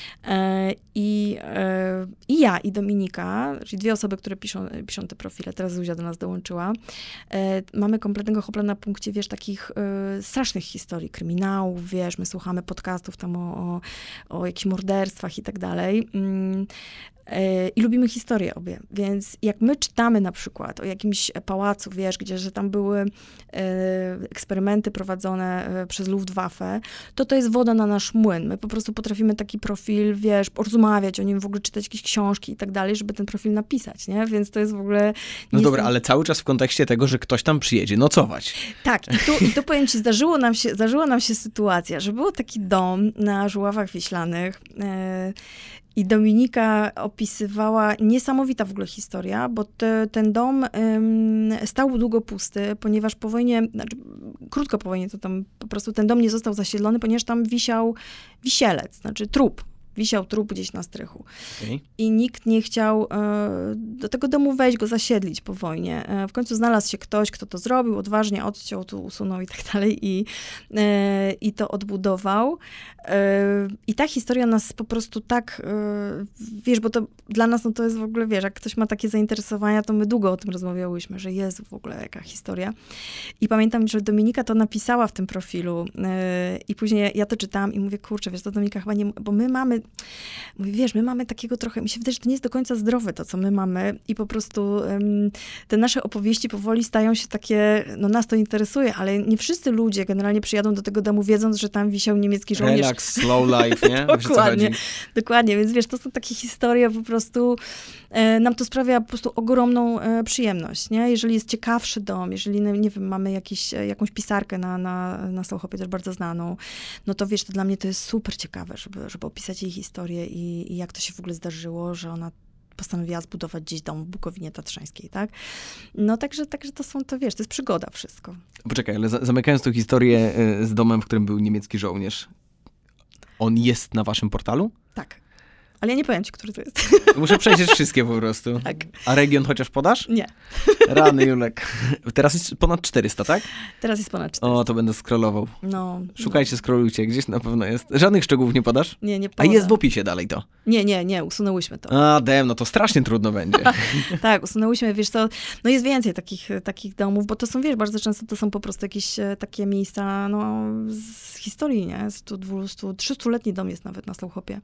I ja, i Dominika, czyli dwie osoby, które piszą te profile, teraz Zuzia do nas dołączyła, mamy kompletnego hopla na punkcie, wiesz, takich strasznych historii, kryminałów, wiesz, my słuchamy podcastów tam o jakichś morderstwach i tak dalej. I lubimy historię obie, więc jak my czytamy na przykład o jakimś pałacu, wiesz, że tam były eksperymenty prowadzone przez Luftwaffe, to jest woda na nasz młyn. My po prostu potrafimy taki profil, wiesz, porozmawiać o nim, w ogóle czytać jakieś książki i tak dalej, żeby ten profil napisać, nie? Więc to jest w ogóle... No dobra, ale cały czas w kontekście tego, że ktoś tam przyjedzie nocować. Tak, i tu powiem ci, zdarzyła nam się sytuacja, że był taki dom na Żuławach Wiślanych, i Dominika opisywała, niesamowita w ogóle historia, bo ten dom stał długo pusty, ponieważ po wojnie, znaczy krótko po wojnie, to tam po prostu ten dom nie został zasiedlony, ponieważ tam wisiał wisielec, znaczy trup. Wisiał trup gdzieś na strychu. Okay. I nikt nie chciał do tego domu wejść, go zasiedlić po wojnie. W końcu znalazł się ktoś, kto to zrobił, odważnie odciął, tu usunął i tak dalej i to odbudował. I ta historia nas po prostu tak, wiesz, bo to dla nas, no to jest w ogóle, wiesz, jak ktoś ma takie zainteresowania, to my długo o tym rozmawiałyśmy, że jest w ogóle jaka historia. I pamiętam, że Dominika to napisała w tym profilu i później ja to czytałam i mówię, kurczę, wiesz, to Dominika chyba nie, bo my mamy, mówię, wiesz, my mamy takiego trochę, mi się wydaje, że to nie jest do końca zdrowe to, co my mamy i po prostu te nasze opowieści powoli stają się takie, no nas to interesuje, ale nie wszyscy ludzie generalnie przyjadą do tego domu, wiedząc, że tam wisiał niemiecki żołnierz. Relax, slow life, nie? Dokładnie, więc wiesz, to są takie historie po prostu, nam to sprawia po prostu ogromną przyjemność, nie? Jeżeli jest ciekawszy dom, jeżeli, nie wiem, mamy jakąś pisarkę na Sołchopie też bardzo znaną, no to wiesz, to dla mnie to jest super ciekawe, żeby opisać jej historię i jak to się w ogóle zdarzyło, że ona postanowiła zbudować gdzieś dom w Bukowinie Tatrzańskiej, tak? No także to wiesz, to jest przygoda wszystko. Poczekaj, ale zamykając tą historię z domem, w którym był niemiecki żołnierz, on jest na waszym portalu? Tak. Ale ja nie powiem ci, który to jest. Muszę przejrzeć wszystkie po prostu. Tak. A region chociaż podasz? Nie. Rany, Julek. Teraz jest ponad 400, tak? Teraz jest ponad 400. O, to będę scrollował. No. Szukajcie, scrollujcie. Gdzieś na pewno jest. Żadnych szczegółów nie podasz? Nie podam. A jest w opisie dalej to? Nie, usunęłyśmy to. A, no to strasznie trudno będzie. Tak, usunęłyśmy, wiesz co, no jest więcej takich domów, bo to są, wiesz, bardzo często to są po prostu jakieś takie miejsca, no, z historii, nie? 300-letni dom jest nawet na Sołchopie.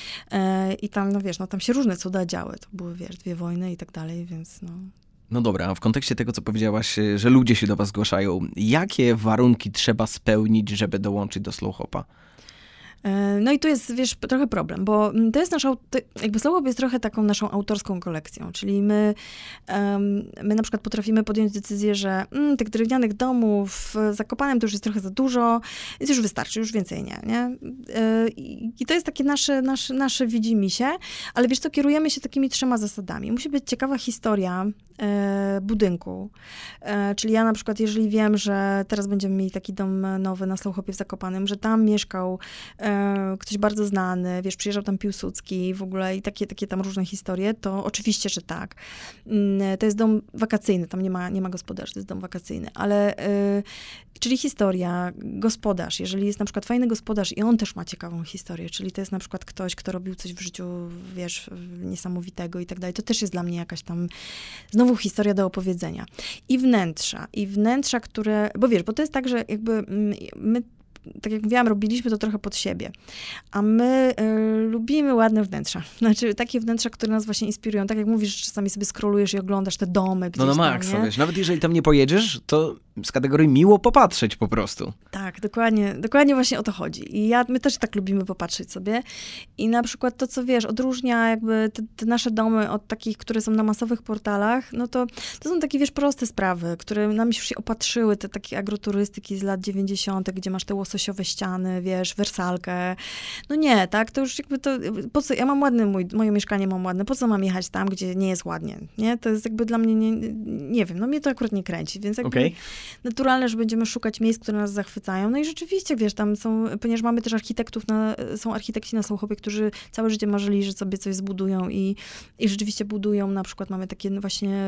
I tam, no wiesz, no tam się różne cuda działy. To były, wiesz, 2 wojny i tak dalej, więc no... No dobra, a w kontekście tego, co powiedziałaś, że ludzie się do was zgłaszają, jakie warunki trzeba spełnić, żeby dołączyć do Slowhopa? No i tu jest, wiesz, trochę problem, bo to jest jakby Slowhop jest trochę taką naszą autorską kolekcją, czyli my na przykład potrafimy podjąć decyzję, że tych drewnianych domów w Zakopanem to już jest trochę za dużo, więc już wystarczy, już więcej nie? I to jest takie nasze widzimisię, ale wiesz co, kierujemy się takimi 3 zasadami. Musi być ciekawa historia budynku, czyli ja na przykład, jeżeli wiem, że teraz będziemy mieli taki dom nowy na Slowhopie w Zakopanem, że tam mieszkał ktoś bardzo znany, wiesz, przyjeżdżał tam Piłsudski w ogóle i takie tam różne historie, to oczywiście, że tak. To jest dom wakacyjny, tam nie ma gospodarzy, to jest dom wakacyjny, ale czyli historia, gospodarz, jeżeli jest na przykład fajny gospodarz i on też ma ciekawą historię, czyli to jest na przykład ktoś, kto robił coś w życiu, wiesz, niesamowitego i tak dalej, to też jest dla mnie jakaś tam znowu historia do opowiedzenia. I wnętrza, które, bo wiesz, bo to jest tak, że jakby my tak jak mówiłam, robiliśmy to trochę pod siebie. A my lubimy ładne wnętrza. Znaczy takie wnętrza, które nas właśnie inspirują. Tak jak mówisz, że czasami sobie scrollujesz i oglądasz te domy gdzieś No tam, maksa, nie? wiesz, nawet jeżeli tam nie pojedziesz, to z kategorii miło popatrzeć po prostu. Tak, dokładnie właśnie o to chodzi. I my też tak lubimy popatrzeć sobie. I na przykład to, co wiesz, odróżnia jakby te nasze domy od takich, które są na masowych portalach, no to są takie, wiesz, proste sprawy, które nam już się opatrzyły, te takie agroturystyki z lat 90., gdzie masz te łososiowe ściany, wiesz, wersalkę. No nie, tak, to już jakby to, po co, ja mam ładne, moje mieszkanie mam ładne, po co mam jechać tam, gdzie nie jest ładnie, nie? To jest jakby dla mnie, nie wiem, no mnie to akurat nie kręci, więc jakby naturalne, że będziemy szukać miejsc, które nas zachwycają. No i rzeczywiście, wiesz, tam są, ponieważ mamy też są architekci na Sołchobie, którzy całe życie marzyli, że sobie coś zbudują i rzeczywiście budują. Na przykład mamy takie właśnie,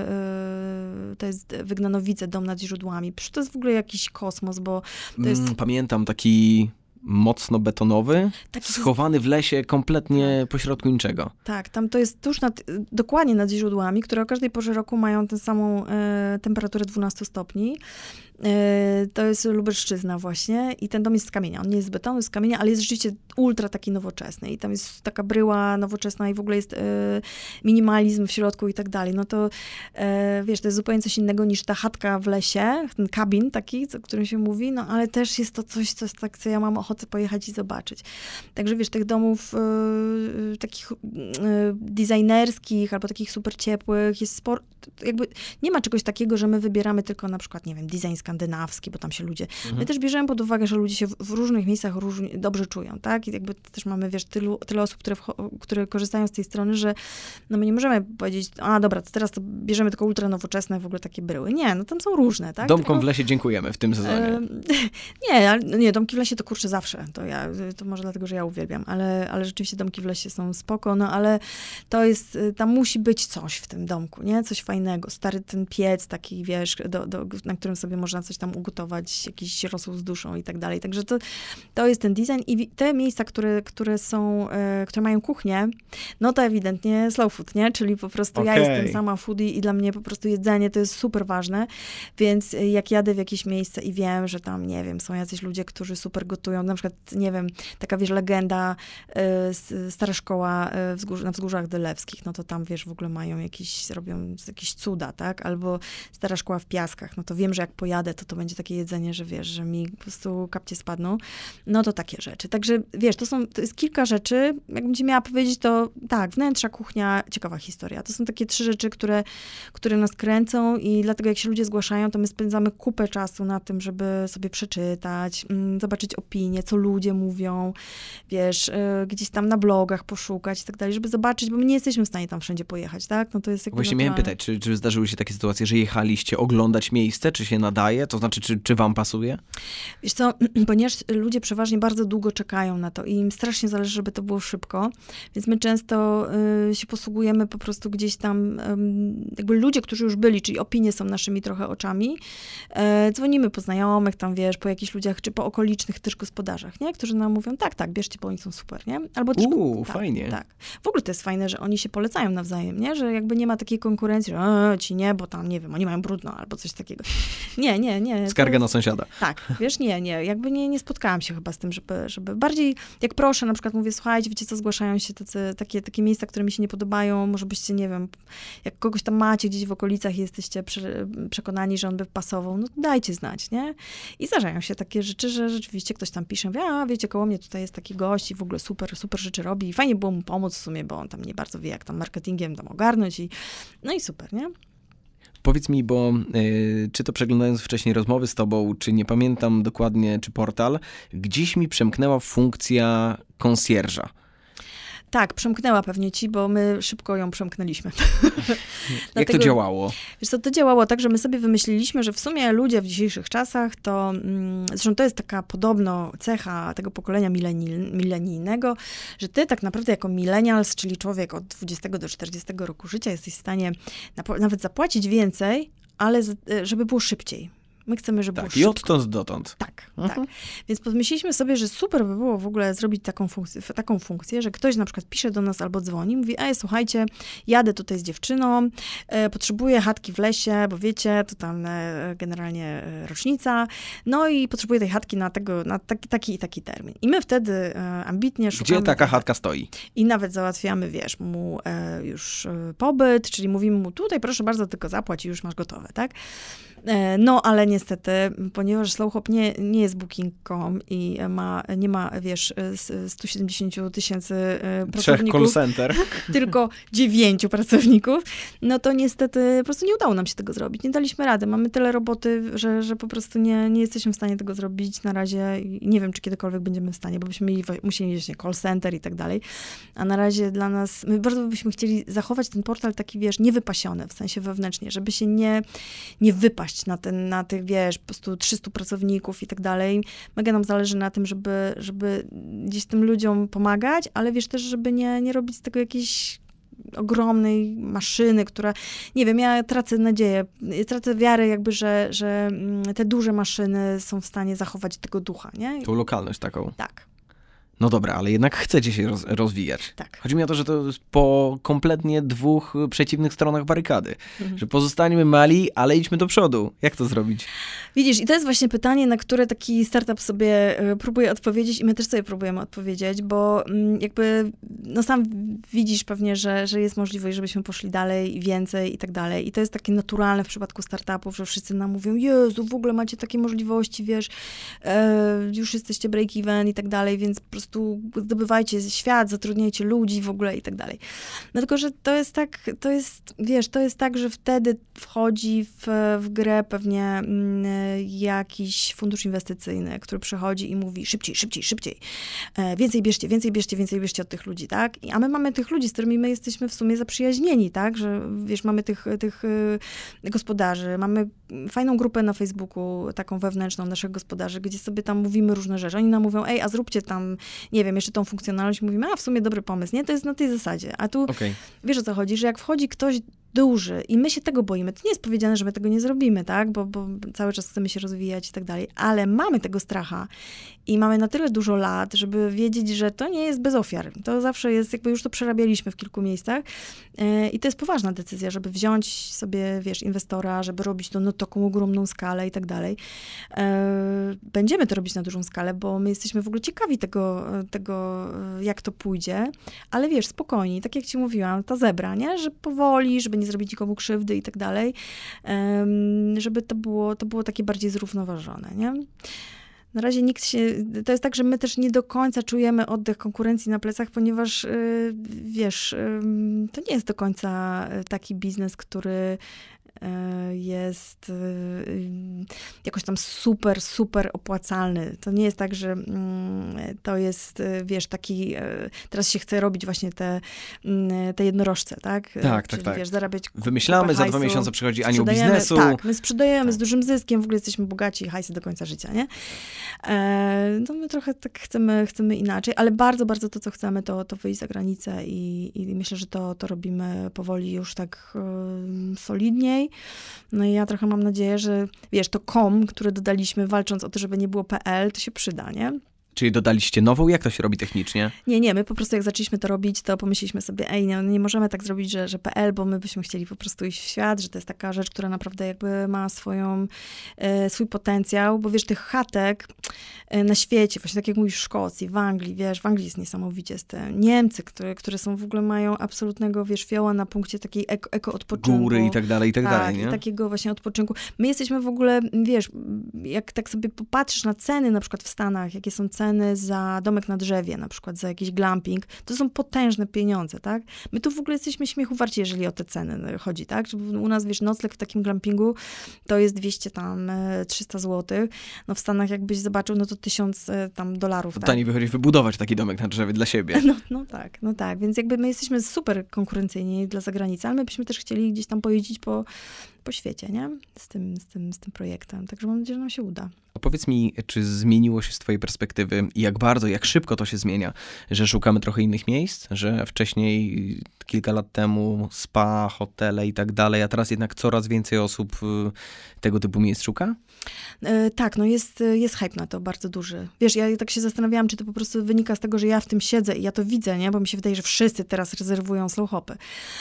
to jest Wygnanowice, dom nad źródłami. Przecież to jest w ogóle jakiś kosmos, bo to jest... Pamiętam taki mocno betonowy, schowany w lesie, kompletnie pośrodku niczego. Tak, tam to jest tuż dokładnie nad źródłami, które o każdej porze roku mają tę samą temperaturę 12 stopni. To jest Lubelszczyzna właśnie i ten dom jest z kamienia. On nie jest z betonu, jest z kamienia, ale jest rzeczywiście ultra taki nowoczesny i tam jest taka bryła nowoczesna i w ogóle jest minimalizm w środku i tak dalej. No to wiesz, to jest zupełnie coś innego niż ta chatka w lesie, ten kabin taki, o którym się mówi, no ale też jest to coś tak, co ja mam ochotę pojechać i zobaczyć. Także wiesz, tych domów takich designerskich albo takich super ciepłych jest sporo, jakby nie ma czegoś takiego, że my wybieramy tylko na przykład, nie wiem, design skandynawski, bo tam się ludzie... My też bierzemy pod uwagę, że ludzie się w różnych miejscach dobrze czują, tak? I jakby też mamy, wiesz, tyle osób, które korzystają z tej strony, że no my nie możemy powiedzieć, a dobra, to teraz to bierzemy tylko ultra nowoczesne, w ogóle takie bryły. Nie, no tam są różne, tak? Domkom w lesie dziękujemy w tym sezonie. Nie, domki w lesie to kurczę zawsze. To może dlatego, że ja uwielbiam, ale rzeczywiście domki w lesie są spoko, no ale to jest, tam musi być coś w tym domku, nie? Coś fajnego. Stary ten piec taki, wiesz, na którym sobie można coś tam ugotować, jakiś rosół z duszą i tak dalej. Także to jest ten design i te miejsca, które mają kuchnię, no to ewidentnie slow food, nie? Czyli po prostu ja jestem sama foodie i dla mnie po prostu jedzenie to jest super ważne, więc jak jadę w jakieś miejsce i wiem, że tam, nie wiem, są jacyś ludzie, którzy super gotują, na przykład, nie wiem, taka, wiesz, legenda, stara szkoła na Wzgórzach Dylewskich, no to tam, wiesz, w ogóle robią jakieś cuda, tak? Albo stara szkoła w Piaskach, no to wiem, że jak pojadę, to będzie takie jedzenie, że wiesz, że mi po prostu kapcie spadną. No to takie rzeczy. Także wiesz, to jest kilka rzeczy. Jakbym ci miała powiedzieć, to tak, wnętrza, kuchnia, ciekawa historia. To są takie 3 rzeczy, które nas kręcą i dlatego jak się ludzie zgłaszają, to my spędzamy kupę czasu na tym, żeby sobie przeczytać, zobaczyć opinie, co ludzie mówią, wiesz, gdzieś tam na blogach poszukać i tak dalej, żeby zobaczyć, bo my nie jesteśmy w stanie tam wszędzie pojechać, tak? No to jest jakby Właśnie miałem pytać, czy zdarzyły się takie sytuacje, że jechaliście oglądać miejsce, czy się nadaje? To znaczy, czy wam pasuje? Wiesz co, ponieważ ludzie przeważnie bardzo długo czekają na to i im strasznie zależy, żeby to było szybko, więc my często się posługujemy po prostu gdzieś tam, jakby ludzie, którzy już byli, czyli opinie są naszymi trochę oczami, dzwonimy po znajomych, tam wiesz, po jakichś ludziach, czy po okolicznych też gospodarzach, nie? Którzy nam mówią, tak, bierzcie, bo oni są super, nie? Albo też, fajnie. Tak. W ogóle to jest fajne, że oni się polecają nawzajem, nie? Że jakby nie ma takiej konkurencji, że ci nie, bo tam, nie wiem, oni mają brudno, albo coś takiego. Nie. Skarga na sąsiada. Tak, wiesz, nie. Jakby nie spotkałam się chyba z tym, żeby bardziej, jak proszę, na przykład mówię, słuchajcie, wiecie co, zgłaszają się takie miejsca, które mi się nie podobają, może byście, nie wiem, jak kogoś tam macie gdzieś w okolicach i jesteście przekonani, że on by pasował, no dajcie znać, nie? I zdarzają się takie rzeczy, że rzeczywiście ktoś tam pisze, mówi, wiecie, koło mnie tutaj jest taki gość i w ogóle super rzeczy robi i fajnie było mu pomóc w sumie, bo on tam nie bardzo wie, jak tam marketingiem tam ogarnąć no i super, nie? Powiedz mi, bo czy to przeglądając wcześniej rozmowy z tobą, czy nie pamiętam dokładnie, czy portal, gdzieś mi przemknęła funkcja konsjerża. Tak, przemknęła pewnie ci, bo my szybko ją przemknęliśmy. Jak to działało? Wiesz co, to działało tak, że my sobie wymyśliliśmy, że w sumie ludzie w dzisiejszych czasach to, zresztą to jest taka podobno cecha tego pokolenia milenijnego, że ty tak naprawdę jako millennials, czyli człowiek od 20 do 40 roku życia, jesteś w stanie nawet zapłacić więcej, ale żeby było szybciej. My chcemy, żeby było Tak, szybko. i odtąd dotąd. Tak, tak. Więc pomyśleliśmy sobie, że super by było w ogóle zrobić taką funkcję, że ktoś na przykład pisze do nas albo dzwoni, mówi, słuchajcie, jadę tutaj z dziewczyną, potrzebuję chatki w lesie, bo wiecie, to tam generalnie rocznica, no i potrzebuję tej chatki na taki i taki termin. I my wtedy ambitnie szukamy... Gdzie taka chatka stoi? I nawet załatwiamy, mu już pobyt, czyli mówimy mu, tutaj proszę bardzo, tylko zapłać i już masz gotowe, tak? No, ale niestety, ponieważ Slowhop nie jest booking.com i nie ma, 170 000 pracowników. 3 call center. Tylko 9 pracowników, no to niestety po prostu nie udało nam się tego zrobić. Nie daliśmy rady. Mamy tyle roboty, że po prostu nie jesteśmy w stanie tego zrobić na razie. Nie wiem, czy kiedykolwiek będziemy w stanie, bo byśmy musieli mieć call center i tak dalej. A na razie dla nas, my bardzo byśmy chcieli zachować ten portal taki, niewypasiony, w sensie wewnętrznie, żeby się nie wypaść na tych, po prostu 300 pracowników i tak dalej. Mega nam zależy na tym, żeby gdzieś tym ludziom pomagać, ale też, żeby nie robić z tego jakiejś ogromnej maszyny, która, nie wiem, ja tracę nadzieję, tracę wiarę że te duże maszyny są w stanie zachować tego ducha, nie? Tą lokalność taką. Tak. No dobra, ale jednak chcecie się rozwijać. Tak. Chodzi mi o to, że to jest po kompletnie 2 przeciwnych stronach barykady. Że pozostańmy mali, ale idźmy do przodu. Jak to zrobić? Widzisz, i to jest właśnie pytanie, na które taki startup sobie próbuje odpowiedzieć i my też sobie próbujemy odpowiedzieć, bo sam widzisz pewnie, że jest możliwość, żebyśmy poszli dalej i więcej i tak dalej. I to jest takie naturalne w przypadku startupów, że wszyscy nam mówią, Jezu, w ogóle macie takie możliwości, już jesteście break-even i tak dalej, więc po prostu zdobywajcie świat, zatrudniajcie ludzi w ogóle i tak dalej. No tylko, że to jest tak, że wtedy wchodzi w grę pewnie jakiś fundusz inwestycyjny, który przychodzi i mówi szybciej, więcej bierzcie od tych ludzi, tak? A my mamy tych ludzi, z którymi my jesteśmy w sumie zaprzyjaźnieni, tak? Że mamy tych gospodarzy, mamy fajną grupę na Facebooku, taką wewnętrzną naszych gospodarzy, gdzie sobie tam mówimy różne rzeczy. Oni nam mówią, a zróbcie tam, nie wiem, jeszcze tą funkcjonalność. Mówimy, w sumie dobry pomysł, nie? To jest na tej zasadzie. A tu wiesz, o co chodzi, że jak wchodzi ktoś duży i my się tego boimy, to nie jest powiedziane, że my tego nie zrobimy, tak? Bo cały czas chcemy się rozwijać i tak dalej, ale mamy tego stracha i mamy na tyle dużo lat, żeby wiedzieć, że to nie jest bez ofiar. To zawsze jest, już to przerabialiśmy w kilku miejscach i to jest poważna decyzja, żeby wziąć sobie, inwestora, żeby robić to na taką ogromną skalę i tak dalej. Będziemy to robić na dużą skalę, bo my jesteśmy w ogóle ciekawi tego jak to pójdzie, ale spokojnie, tak jak ci mówiłam, ta zebra, nie? Że powoli, żeby nie zrobić nikomu krzywdy i tak dalej, żeby to było takie bardziej zrównoważone, nie? Na razie to jest tak, że my też nie do końca czujemy oddech konkurencji na plecach, ponieważ, to nie jest do końca taki biznes, który jest jakoś tam super opłacalny. To nie jest tak, że to jest, taki, teraz się chce robić właśnie te jednorożce, tak? Tak. Zarabiać wymyślamy, za 2 miesiące przychodzi anioł biznesu. Tak, my sprzedajemy z dużym zyskiem, w ogóle jesteśmy bogaci i hajsy do końca życia, nie? No my trochę tak chcemy inaczej, ale bardzo, bardzo to, co chcemy, to wyjść za granicę i myślę, że to robimy powoli już tak solidniej. No i ja trochę mam nadzieję, że to .com, które dodaliśmy walcząc o to, żeby nie było .pl, to się przyda, nie? Czyli dodaliście nową? Jak to się robi technicznie? Nie, my po prostu jak zaczęliśmy to robić, to pomyśleliśmy sobie, nie możemy tak zrobić, że PL, bo my byśmy chcieli po prostu iść w świat, że to jest taka rzecz, która naprawdę ma swój potencjał, bo tych chatek na świecie, właśnie tak jak mówisz w Szkocji, w Anglii, w Anglii jest niesamowicie, Niemcy, które są w ogóle mają absolutnego, fioła na punkcie takiej eko-odpoczynku. Góry i tak dalej, nie? Takiego właśnie odpoczynku. My jesteśmy w ogóle, jak tak sobie popatrzysz na ceny, na przykład w Stanach, jakie są ceny za domek na drzewie, na przykład za jakiś glamping, to są potężne pieniądze, tak? My tu w ogóle jesteśmy śmiechu warci, jeżeli o te ceny chodzi, tak? U nas, nocleg w takim glampingu to jest 300 zł. No w Stanach jakbyś zobaczył, no to $1000 tak? Taniej wychodzi wybudować taki domek na drzewie dla siebie. No tak, więc my jesteśmy super konkurencyjni dla zagranicy, ale my byśmy też chcieli gdzieś tam pojeździć po po świecie, nie? Z tym projektem. Także mam nadzieję, że nam się uda. A powiedz mi, czy zmieniło się z twojej perspektywy i jak bardzo, jak szybko to się zmienia, że szukamy trochę innych miejsc, że wcześniej, kilka lat temu spa, hotele i tak dalej, a teraz jednak coraz więcej osób tego typu miejsc szuka? Tak, no jest hype na to bardzo duży. Wiesz, ja tak się zastanawiałam, czy to po prostu wynika z tego, że ja w tym siedzę i ja to widzę, nie? Bo mi się wydaje, że wszyscy teraz rezerwują slow hopy.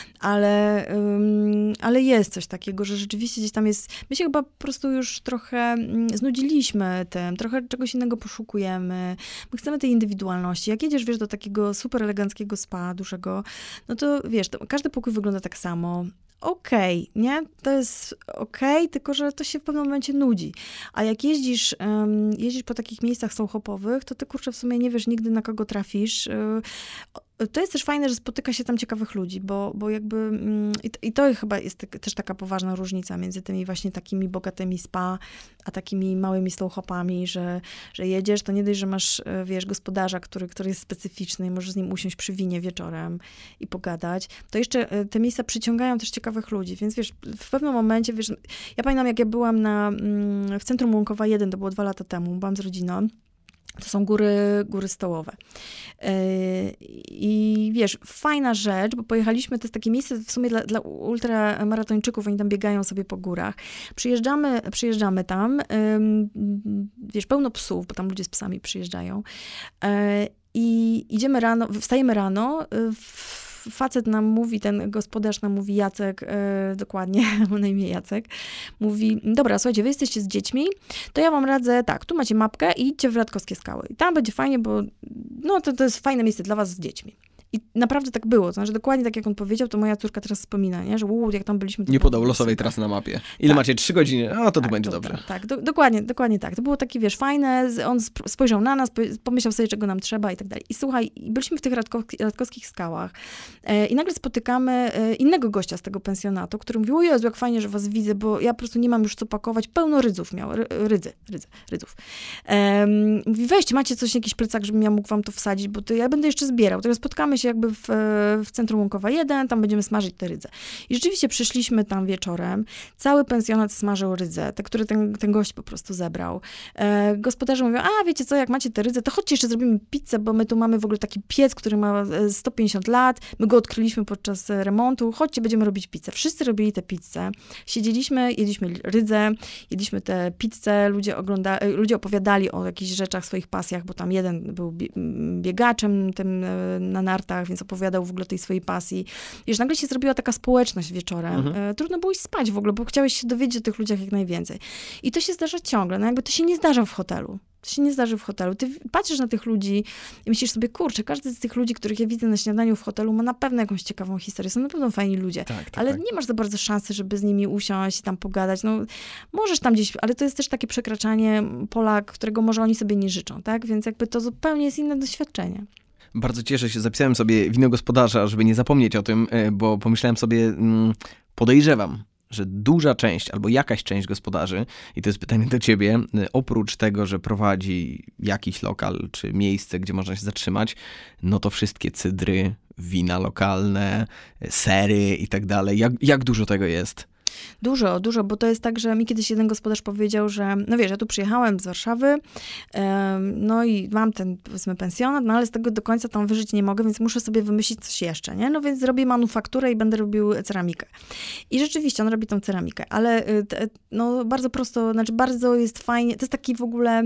Ale jest coś takiego, że rzeczywiście gdzieś tam jest... My się chyba po prostu już trochę znudziliśmy tym, trochę czegoś innego poszukujemy. My chcemy tej indywidualności. Jak jedziesz, wiesz, do takiego super eleganckiego spa dużego, no to wiesz, każdy pokój wygląda tak samo. Okej, nie? To jest okej, tylko że to się w pewnym momencie nudzi. A jak jeździsz po takich miejscach soul-hopowych, to ty, kurczę, w sumie nie wiesz nigdy, na kogo trafisz. To jest też fajne, że spotyka się tam ciekawych ludzi, bo jakby... I to chyba jest też taka poważna różnica między tymi właśnie takimi bogatymi spa, a takimi małymi slow-hopami, że jedziesz, to nie dość, że masz, wiesz, gospodarza, który jest specyficzny i możesz z nim usiąść przy winie wieczorem i pogadać, to jeszcze te miejsca przyciągają też ciekawych ludzi, więc wiesz, w pewnym momencie, wiesz, ja pamiętam, jak ja byłam w centrum Łąkowa 1, to było 2 lata temu, byłam z rodziną. To są góry stołowe. I wiesz, fajna rzecz, bo pojechaliśmy, to jest takie miejsce w sumie dla ultramaratończyków, oni tam biegają sobie po górach. Przyjeżdżamy tam, wiesz, pełno psów, bo tam ludzie z psami przyjeżdżają. I idziemy rano, wstajemy rano, facet nam mówi, ten gospodarz nam mówi, Jacek, dokładnie, ma na imię Jacek, mówi, dobra, słuchajcie, wy jesteście z dziećmi, to ja wam radzę, tak, tu macie mapkę i idźcie w Radkowskie Skały. I tam będzie fajnie, bo no, to jest fajne miejsce dla was z dziećmi. I naprawdę tak było. To znaczy, dokładnie tak, jak on powiedział, to moja córka teraz wspomina, nie? Że jak tam byliśmy... Nie podał losowej trasy na mapie. Ile macie? 3 godziny? A, to będzie dobrze. Tak, dokładnie tak. To było takie, wiesz, fajne. On spojrzał na nas, pomyślał sobie, czego nam trzeba i tak dalej. I słuchaj, byliśmy w tych Radkowskich Skałach i nagle spotykamy innego gościa z tego pensjonatu, który mówił, o Jezu, jak fajnie, że was widzę, bo ja po prostu nie mam już co pakować. Pełno rydzów miał. Rydzów. Mówi, weźcie, macie coś, jakiś plecak, żebym ja mógł wam to wsadzić, bo to ja będę jeszcze zbierał. Teraz spotkamy się jakby w centrum Łąkowa 1, tam będziemy smażyć te rydze. I rzeczywiście przyszliśmy tam wieczorem, cały pensjonat smażył rydze, te, które ten gość po prostu zebrał. Gospodarze mówią, a wiecie co, jak macie te rydze, to chodźcie jeszcze zrobimy pizzę, bo my tu mamy w ogóle taki piec, który ma 150 lat, my go odkryliśmy podczas remontu, chodźcie, będziemy robić pizzę. Wszyscy robili tę pizzę, siedzieliśmy, jedliśmy rydze, jedliśmy tę pizzę, ludzie opowiadali o jakichś rzeczach, swoich pasjach, bo tam jeden był biegaczem tym na nartach, więc opowiadał w ogóle o tej swojej pasji. Wiesz, nagle się zrobiła taka społeczność wieczorem. Trudno było iść spać w ogóle, bo chciałeś się dowiedzieć o tych ludziach jak najwięcej. I to się zdarza ciągle. No jakby to się nie zdarza w hotelu. Ty patrzysz na tych ludzi i myślisz sobie, kurczę, każdy z tych ludzi, których ja widzę na śniadaniu w hotelu, ma na pewno jakąś ciekawą historię. Są na pewno fajni ludzie. Ale nie masz za bardzo szansy, żeby z nimi usiąść i tam pogadać. No, możesz tam gdzieś, ale to jest też takie przekraczanie pola, którego może oni sobie nie życzą, tak? Więc jakby to zupełnie jest inne doświadczenie. Bardzo cieszę się, zapisałem sobie wino gospodarza, żeby nie zapomnieć o tym, bo pomyślałem sobie, podejrzewam, że duża część albo jakaś część gospodarzy, i to jest pytanie do ciebie, oprócz tego, że prowadzi jakiś lokal czy miejsce, gdzie można się zatrzymać, no to wszystkie cydry, wina lokalne, sery i tak dalej. Jak dużo tego jest? Dużo, bo to jest tak, że mi kiedyś jeden gospodarz powiedział, że no wiesz, ja tu przyjechałem z Warszawy, no i mam ten, powiedzmy, pensjonat, no ale z tego do końca tam wyżyć nie mogę, więc muszę sobie wymyślić coś jeszcze, nie? No więc zrobię manufakturę i będę robił ceramikę. I rzeczywiście on robi tą ceramikę, ale no bardzo prosto, znaczy bardzo jest fajnie, to jest taki w ogóle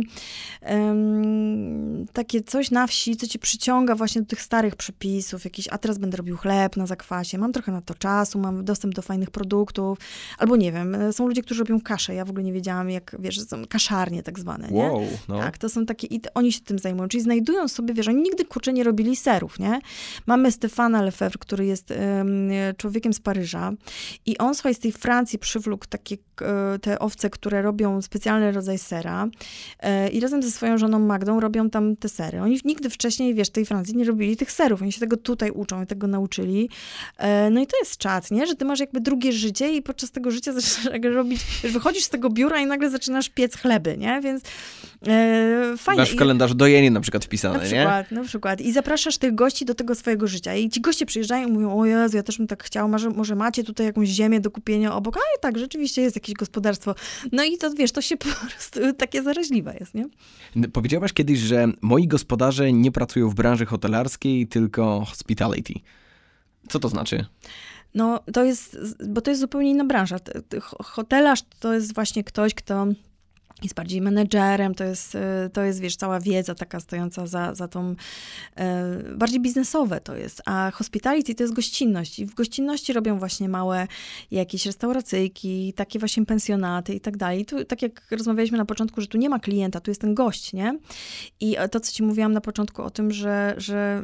takie coś na wsi, co ci przyciąga właśnie do tych starych przepisów, a teraz będę robił chleb na zakwasie, mam trochę na to czasu, mam dostęp do fajnych produktów. Albo nie wiem, są ludzie, którzy robią kaszę. Ja w ogóle nie wiedziałam, jak, wiesz, są kaszarnie tak zwane, nie? Wow, no. Tak, to są takie, i oni się tym zajmują. Czyli znajdują sobie, wiesz, oni nigdy, kurczę, nie robili serów, nie? Mamy Stefana Lefebvre, który jest człowiekiem z Paryża i on, słuchaj, z tej Francji przywlókł takie te owce, które robią specjalny rodzaj sera i razem ze swoją żoną Magdą robią tam te sery. Oni nigdy wcześniej, wiesz, w tej Francji nie robili tych serów. Oni się tego tutaj uczą i tego nauczyli. No i to jest czad, nie? Że ty masz jakby drugie życie i podczas tego życia zaczynasz robić, wychodzisz z tego biura i nagle zaczynasz piec chleby, nie? Więc fajnie. Masz w kalendarzu dojenie na przykład wpisane, Na przykład. I zapraszasz tych gości do tego swojego życia. I ci goście przyjeżdżają i mówią, o Jezu, ja też bym tak chciał, może macie tutaj jakąś ziemię do kupienia obok? A i tak, rzeczywiście jest jakieś gospodarstwo. No i to, wiesz, to się po prostu takie zaraźliwe jest, nie? Powiedziałaś kiedyś, że moi gospodarze nie pracują w branży hotelarskiej, tylko hospitality. Co to znaczy? No, bo to jest zupełnie inna branża. Hotelarz to jest właśnie ktoś, kto jest bardziej menedżerem, to jest, wiesz, cała wiedza taka stojąca za tą, bardziej biznesowe to jest, a hospitality to jest gościnność i w gościnności robią właśnie małe jakieś restauracyjki, takie właśnie pensjonaty i tak dalej. Tu, tak jak rozmawialiśmy na początku, że tu nie ma klienta, tu jest ten gość, nie? I to, co ci mówiłam na początku o tym, że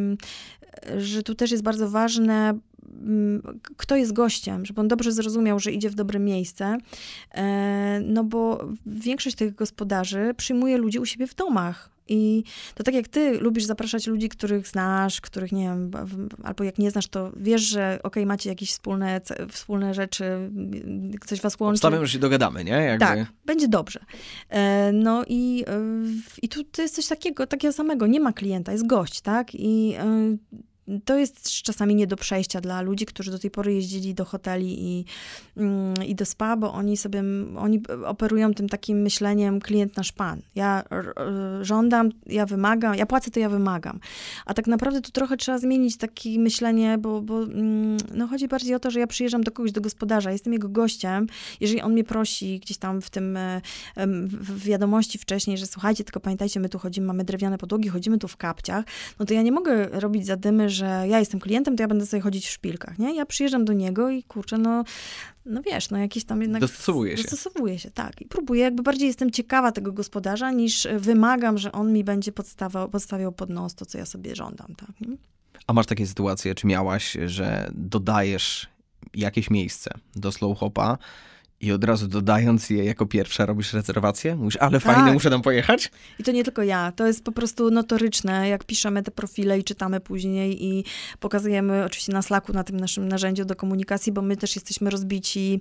tu też jest bardzo ważne, kto jest gościem, żeby on dobrze zrozumiał, że idzie w dobre miejsce, no bo większość tych gospodarzy przyjmuje ludzi u siebie w domach. I to tak jak ty lubisz zapraszać ludzi, których znasz, których nie wiem, albo jak nie znasz, to wiesz, że okej, macie jakieś wspólne rzeczy, coś was łączy. Obstawiam, że się dogadamy, nie? Jakby. Tak, będzie dobrze. No i tu to jest coś takiego samego, nie ma klienta, jest gość, tak? I to jest czasami nie do przejścia dla ludzi, którzy do tej pory jeździli do hoteli i do spa, bo oni operują tym takim myśleniem klient nasz pan. Ja żądam, ja wymagam, ja płacę, to ja wymagam. A tak naprawdę tu trochę trzeba zmienić takie myślenie, bo no chodzi bardziej o to, że ja przyjeżdżam do kogoś, do gospodarza, jestem jego gościem. Jeżeli on mnie prosi gdzieś tam w tym w wiadomości wcześniej, że słuchajcie, tylko pamiętajcie, my tu chodzimy, mamy drewniane podłogi, chodzimy tu w kapciach, no to ja nie mogę robić zadymy, że ja jestem klientem, to ja będę sobie chodzić w szpilkach, nie? Ja przyjeżdżam do niego i kurczę, no wiesz, no jakieś tam jednak... Dostosowuję się, tak. I próbuję, jakby bardziej jestem ciekawa tego gospodarza, niż wymagam, że on mi będzie podstawiał pod nos to, co ja sobie żądam, tak? A masz takie sytuacje, czy miałaś, że dodajesz jakieś miejsce do Slow Hopa i od razu dodając je jako pierwsza robisz rezerwację? Mówisz, ale fajne, muszę tam pojechać? I to nie tylko ja. To jest po prostu notoryczne, jak piszemy te profile i czytamy później i pokazujemy oczywiście na Slacku, na tym naszym narzędziu do komunikacji, bo my też jesteśmy rozbici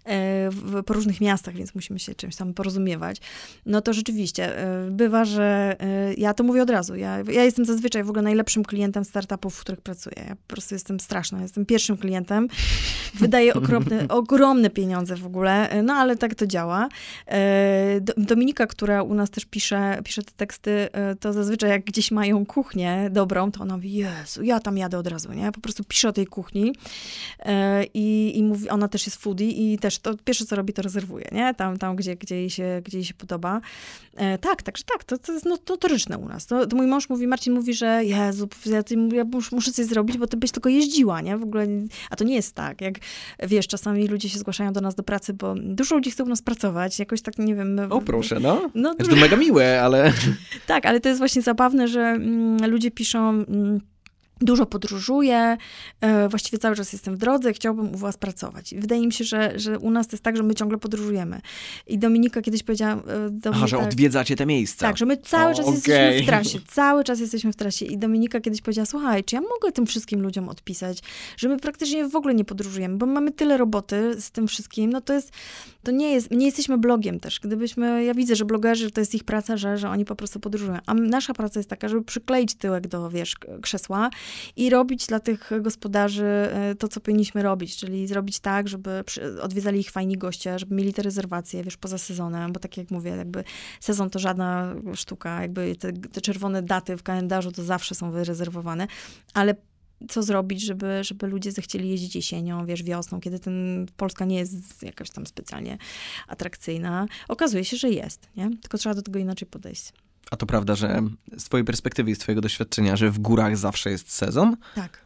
po różnych miastach, więc musimy się czymś tam porozumiewać. No to rzeczywiście bywa, że ja to mówię od razu. Ja jestem zazwyczaj w ogóle najlepszym klientem startupów, w których pracuję. Ja po prostu jestem straszna. Jestem pierwszym klientem. Wydaję ogromne pieniądze w ogóle. No ale tak to działa. Dominika, która u nas też pisze te teksty, to zazwyczaj jak gdzieś mają kuchnię dobrą, to ona mówi, Jezu, ja tam jadę od razu, nie? Po prostu pisze o tej kuchni i mówi, ona też jest foodie i też to pierwsze, co robi, to rezerwuje, nie? Tam gdzie jej się podoba. Także to jest notoryczne u nas. To mój mąż mówi, Marcin mówi, że Jezu, ja muszę coś zrobić, bo ty byś tylko jeździła, nie? W ogóle, a to nie jest tak. Jak wiesz, czasami ludzie się zgłaszają do nas do pracy, bo dużo ludzi chce u nas pracować, jakoś tak, nie wiem... O, proszę, no. To mega miłe, ale... Tak, ale to jest właśnie zabawne, że ludzie piszą... Dużo podróżuję, właściwie cały czas jestem w drodze, chciałbym u was pracować. I wydaje mi się, że u nas to jest tak, że my ciągle podróżujemy. I Dominika kiedyś powiedziała do mnie, że odwiedzacie te miejsca. Tak, że my cały czas jesteśmy w trasie. Cały czas jesteśmy w trasie. I Dominika kiedyś powiedziała, słuchaj, czy ja mogę tym wszystkim ludziom odpisać, że my praktycznie w ogóle nie podróżujemy, bo mamy tyle roboty z tym wszystkim. No to nie jesteśmy blogiem też. Ja widzę, że blogerzy, to jest ich praca, że oni po prostu podróżują. A nasza praca jest taka, żeby przykleić tyłek do, krzesła i robić dla tych gospodarzy to, co powinniśmy robić, czyli zrobić tak, żeby odwiedzali ich fajni goście, żeby mieli te rezerwacje, poza sezonem, bo tak jak mówię, jakby sezon to żadna sztuka, jakby te czerwone daty w kalendarzu to zawsze są wyrezerwowane, ale co zrobić, żeby ludzie zechcieli jeździć jesienią, wiosną, kiedy Polska nie jest jakaś tam specjalnie atrakcyjna. Okazuje się, że jest, nie? Tylko trzeba do tego inaczej podejść. A to prawda, że z twojej perspektywy i z twojego doświadczenia, że w górach zawsze jest sezon?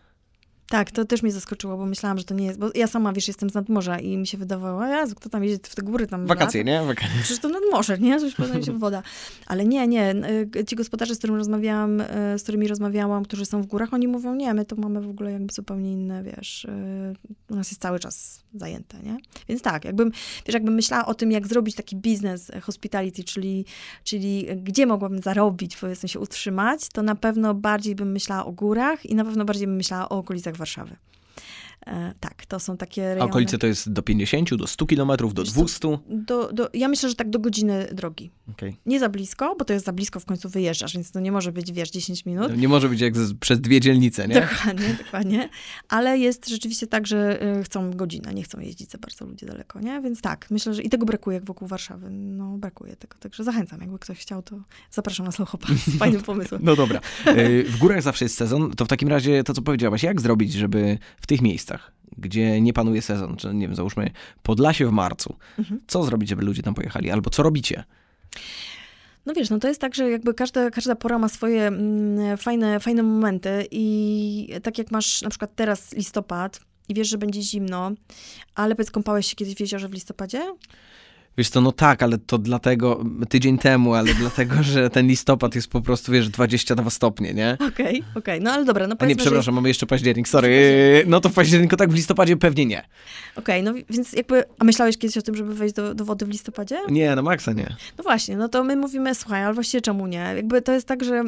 Tak, to też mnie zaskoczyło, bo myślałam, że to nie jest, bo ja sama, jest z nadmorza i mi się wydawało, Jezu, kto tam jeździ w te góry tam. Wakacje, nie? Przecież to nadmorze, nie? Przecież potem się woda. Ale nie, ci gospodarze, z którymi rozmawiałam, którzy są w górach, oni mówią, nie, my to mamy w ogóle jakby zupełnie inne, u nas jest cały czas zajęte, nie? Więc tak, jakbym myślała o tym, jak zrobić taki biznes hospitality, czyli gdzie mogłabym zarobić, powiedzmy się utrzymać, to na pewno bardziej bym myślała o górach i na pewno bardziej bym myślała o okolicach Warszawy. Tak, to są takie rejony. A okolice to jest do 50, do 100 kilometrów, do 200? Ja myślę, że tak do godziny drogi. Okay. Nie za blisko, bo to jest za blisko, w końcu wyjeżdżasz, więc to nie może być, 10 minut. Nie może być jak przez 2 dzielnice, nie? Dokładnie. Ale jest rzeczywiście tak, że chcą godzinę, nie chcą jeździć za bardzo ludzie daleko, nie? Więc tak, myślę, że i tego brakuje jak wokół Warszawy. No, brakuje tego. Także zachęcam, jakby ktoś chciał, to zapraszam na Slow Hopa z fajnym pomysłem. No dobra. W górach zawsze jest sezon, to w takim razie to, co powiedziałaś, jak zrobić, żeby w tych miejscach, gdzie nie panuje sezon, czy nie wiem, załóżmy Podlasie w marcu, co zrobić, żeby ludzie tam pojechali? Albo co robicie? No wiesz, no to jest tak, że jakby każda pora ma swoje fajne momenty i tak jak masz na przykład teraz listopad i wiesz, że będzie zimno, ale powiedz, kąpałeś się kiedyś w jeziorze w listopadzie? Wiesz co, no tak, ale to dlatego, tydzień temu, ale dlatego, że ten listopad jest po prostu, wiesz, 22 stopnie, nie? Okej, no ale dobra. No nie, przepraszam, mamy jeszcze październik, sorry. No to w październiku tak, w listopadzie pewnie nie. Okej, no więc jakby, a myślałeś kiedyś o tym, żeby wejść do wody w listopadzie? Nie, no maksa nie. No właśnie, no to my mówimy, słuchaj, ale właściwie czemu nie? Jakby to jest tak, że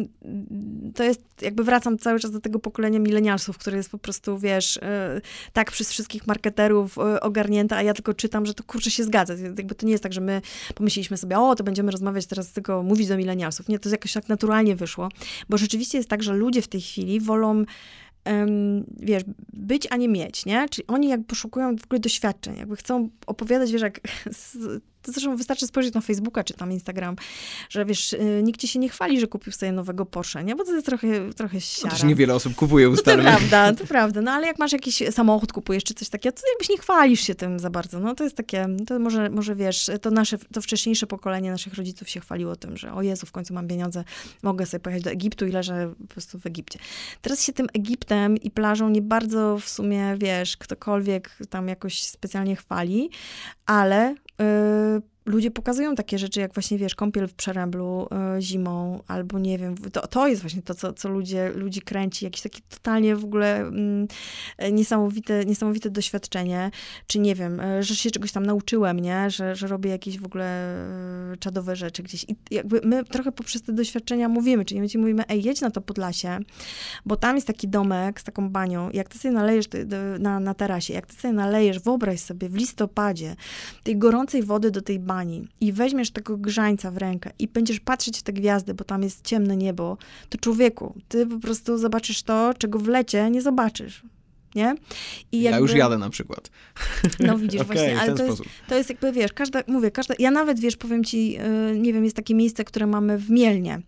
to jest, jakby wracam cały czas do tego pokolenia milenialsów, które jest po prostu, wiesz, tak przez wszystkich marketerów ogarnięte, a ja tylko czytam, że to kurczę się zgadza. Jakby to nie jest tak, że my pomyśleliśmy sobie, to będziemy rozmawiać teraz, tylko mówić do milenialsów. Nie, to jakoś tak naturalnie wyszło, bo rzeczywiście jest tak, że ludzie w tej chwili wolą wiesz, być, a nie mieć, nie? Czyli oni jakby poszukują w ogóle doświadczeń, jakby chcą opowiadać, wiesz, jak... To zresztą wystarczy spojrzeć na Facebooka czy tam Instagram, że wiesz, nikt ci się nie chwali, że kupił sobie nowego Porsche, nie? Bo to jest trochę siara. Też niewiele osób kupuje ustalnie. To prawda. No ale jak masz jakiś samochód, kupujesz czy coś takiego, to jakbyś nie chwalisz się tym za bardzo. No to jest takie, to może wiesz, to wcześniejsze pokolenie naszych rodziców się chwaliło tym, że o Jezu, w końcu mam pieniądze, mogę sobie pojechać do Egiptu i leżę po prostu w Egipcie. Teraz się tym Egiptem i plażą nie bardzo w sumie, wiesz, ktokolwiek tam jakoś specjalnie chwali, ale ludzie pokazują takie rzeczy, jak właśnie, wiesz, kąpiel w Przeręblu zimą, albo nie wiem, to jest właśnie to, co ludzi kręci, jakieś takie totalnie w ogóle niesamowite doświadczenie, czy nie wiem, że się czegoś tam nauczyłem, nie, że robię jakieś w ogóle czadowe rzeczy gdzieś. I jakby my trochę poprzez te doświadczenia mówimy, czyli my ci mówimy, jedź na to Podlasie, bo tam jest taki domek z taką banią, jak ty sobie nalejesz na tarasie, jak ty sobie nalejesz, wyobraź sobie w listopadzie tej gorącej wody do tej bani i weźmiesz tego grzańca w rękę i będziesz patrzeć w te gwiazdy, bo tam jest ciemne niebo, to człowieku, ty po prostu zobaczysz to, czego w lecie nie zobaczysz. Nie? I jakby... Ja już jadę na przykład. No widzisz, właśnie, ale to jest jakby, wiesz, ja nawet, wiesz, powiem ci, nie wiem, jest takie miejsce, które mamy w Mielnie.